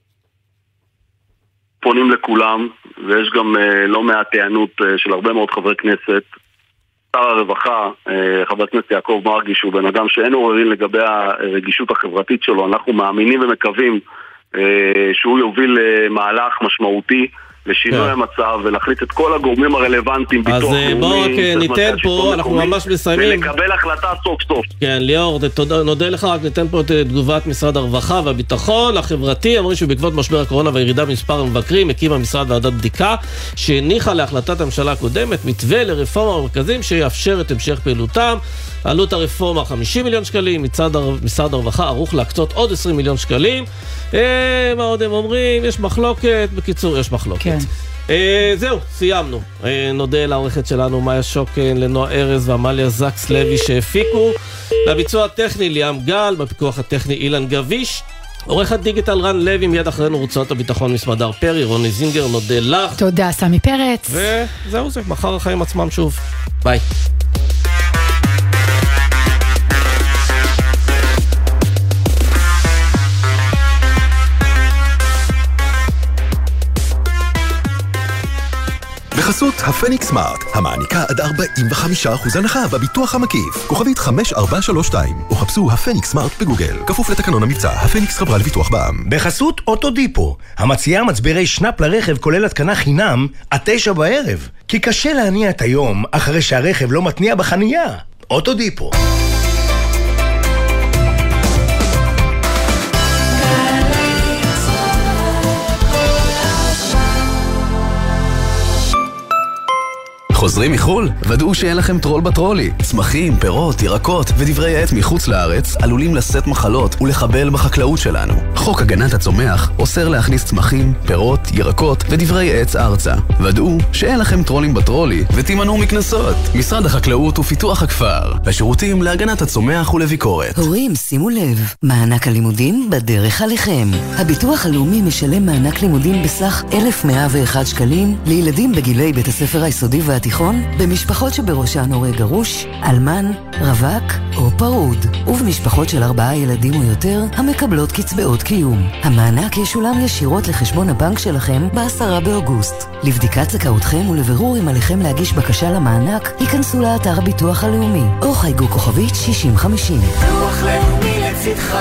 פונים לכולם, ויש גם לא מעט טענות של הרבה מאוד חברי כנסת, שר הרווחה, חבר הכנסת יעקב מרגי, שהוא בן אדם שאין עוררין לגבי הרגישות החברתית שלו, אנחנו מאמינים ומקווים שהוא יוביל מהלך משמעותי לשינוי המצב ולהחליט את כל הגורמים הרלוונטיים ביטוח לאומי. אז בואו ניתן פה, אנחנו ממש מסיימים. ולקבל החלטה סוף סוף. כן, ליאור, נודה לך, רק ניתן פה את תגובת משרד הרווחה והביטחון החברתי. אמרו שבעקבות משבר הקורונה והירידה במספר המבקרים, הקים המשרד ועדת בדיקה שהניחה להחלטת הממשלה הקודמת מתווה לרפורמה במרכזים שיאפשר את המשך פעילותם. עלות הרפורמה חמישים מיליון שקלים, מצד משרד הרווחה ערוך להקצות עוד עשרים מיליון שקלים. אה, מה עוד הם אומרים? יש מחלוקת, בקיצור יש מחלוקת. כן. אה, זהו, סיימנו. אה, נודה לעורכת שלנו מאיה שוקן, לנועה ארז ועמליה זקס לוי שהפיקו. לביצוע הטכני ליאם גל, בפיקוח הטכני אילן גביש. עורכת דיגיטל רן לוי, מיד אחרינו רוצות הביטחון מסמדר פרי, רוני זינגר, נודה לך. תודה, סמי פרץ. וזהו זה, מחר החיים עצמם שוב. ביי. בחסות הפניקס סמארט, המעניקה עד ארבעים וחמישה אחוז הנחה בביטוח המקיף. כוכבית חמש ארבע שלוש שתיים, או חפשו הפניקס סמארט בגוגל. כפוף לתקנון המבצע, הפניקס חברה לביטוח בע"מ. בחסות אוטודיפו, המציעה מצברי שנאפ לרכב כולל התקנה חינם עד תשע בערב. כי קשה להניע את היום אחרי שהרכב לא מתניע בחנייה. אוטודיפו. חוזרים מחול? ודאו שאין לכם טרול בטרולי. צמחים, פירות, ירקות ודברי עץ מחוץ לארץ עלולים לשאת מחלות ולחבל בחקלאות שלנו. חוק הגנת הצומח אוסר להכניס צמחים, פירות, ירקות ודברי עץ ארצה. ודאו שאין לכם טרולים בטרולי ותימנעו מכנסות. משרד החקלאות ופיתוח הכפר. השירותים להגנת הצומח ולביקורת. הורים, שימו לב. מענק הלימודים בדרך עליכם. הביטוח הלאומי משלם מענק לימודים בסך אלף מאה ואחד שקלים לילדים בגילי בית הספר היסודי והתיכון. הביטחון במשפחות שבראשן הורה גרוש, אלמן, רווק או פרוד, ובמשפחות של ארבעה ילדים או יותר המקבלות קצבאות קיום. המענק ישולם ישירות לחשבון הבנק שלכם בעשרה באוגוסט. לבדיקת זכאותכם ולבירור אם עליכם להגיש בקשה למענק, ייכנסו לאתר הביטוח הלאומי או חייגו כוכבית שישים חמישים. ביטוח לאומי לצדך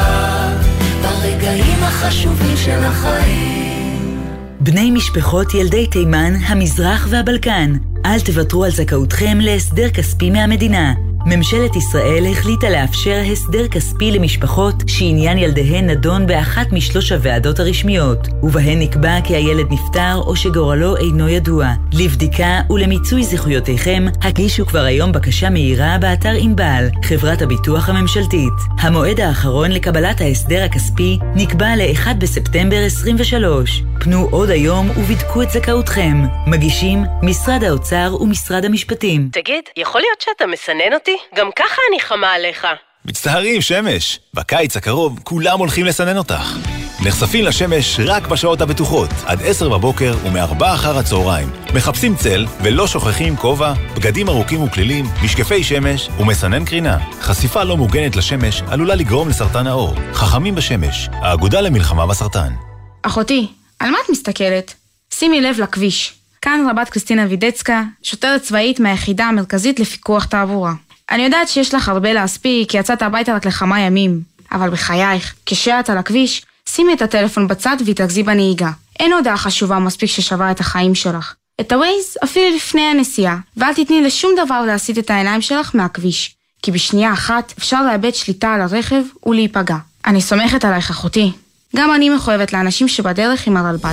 ברגעים החשובים של החיים. בני משפחות ילדי תימן, המזרח והבלקן, אל תוותרו על זכאותכם להסדר כספי מהמדינה. ממשלת ישראל החליטה לאפשר הסדר כספי למשפחות שעניין ילדיהן נדון באחת משלוש הוועדות הרשמיות, ובהן נקבע כי הילד נפטר או שגורלו אינו ידוע. לבדיקה ולמיצוי זכויותיכם, הגישו כבר היום בקשה מהירה באתר ענבל, חברת הביטוח הממשלתית. המועד האחרון לקבלת ההסדר הכספי נקבע ל-אחד בספטמבר עשרים ושלוש. פנו עוד היום ובדקו את זכאותכם. מגישים משרד האוצר ומשרד המשפטים. תגיד, יכול להיות שאתה מסנן אותי? גם ככה אני חמה עליך. מצטערים, שמש. בקיץ הקרוב כולם הולכים לסנן אותך. נחשפים לשמש רק בשעות הבטוחות, עד עשר בבוקר ומארבע אחר הצהריים. מחפשים צל ולא שוכחים כובע, בגדים ארוכים וכלילים, משקפי שמש ומסנן קרינה. חשיפה לא מוגנת לשמש עלולה לגרום לסרטן העור. חכמים בשמש, האגודה למלחמה בסרטן. אחותי, על מה את מסתכלת? שימי לב לכביש. כאן רבת קריסטינה וידצקה, שוטרת צבאית מהיחידה המרכזית לפיקוח תעבורה. אני יודעת שיש לך הרבה להספיק, כי יצאת הביתה רק לכמה ימים. אבל בחייך, כשאת על הכביש, שימי את הטלפון בצד והתרכזי בנהיגה. אין הודעה חשובה מספיק ששווה את החיים שלך. את הווייז אפילו לפני הנסיעה, ואל תתני לשום דבר להסיט את העיניים שלך מהכביש. כי בשנייה אחת אפשר לאבד שליטה על הרכב ולהיפגע. אני סומכת עלייך אחותי. גם אני מחויבת לאנשים שבדרך עם הרלב"ד.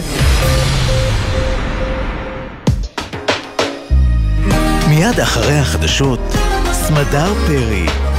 מיד אחרי החדשות, סמדר פרי.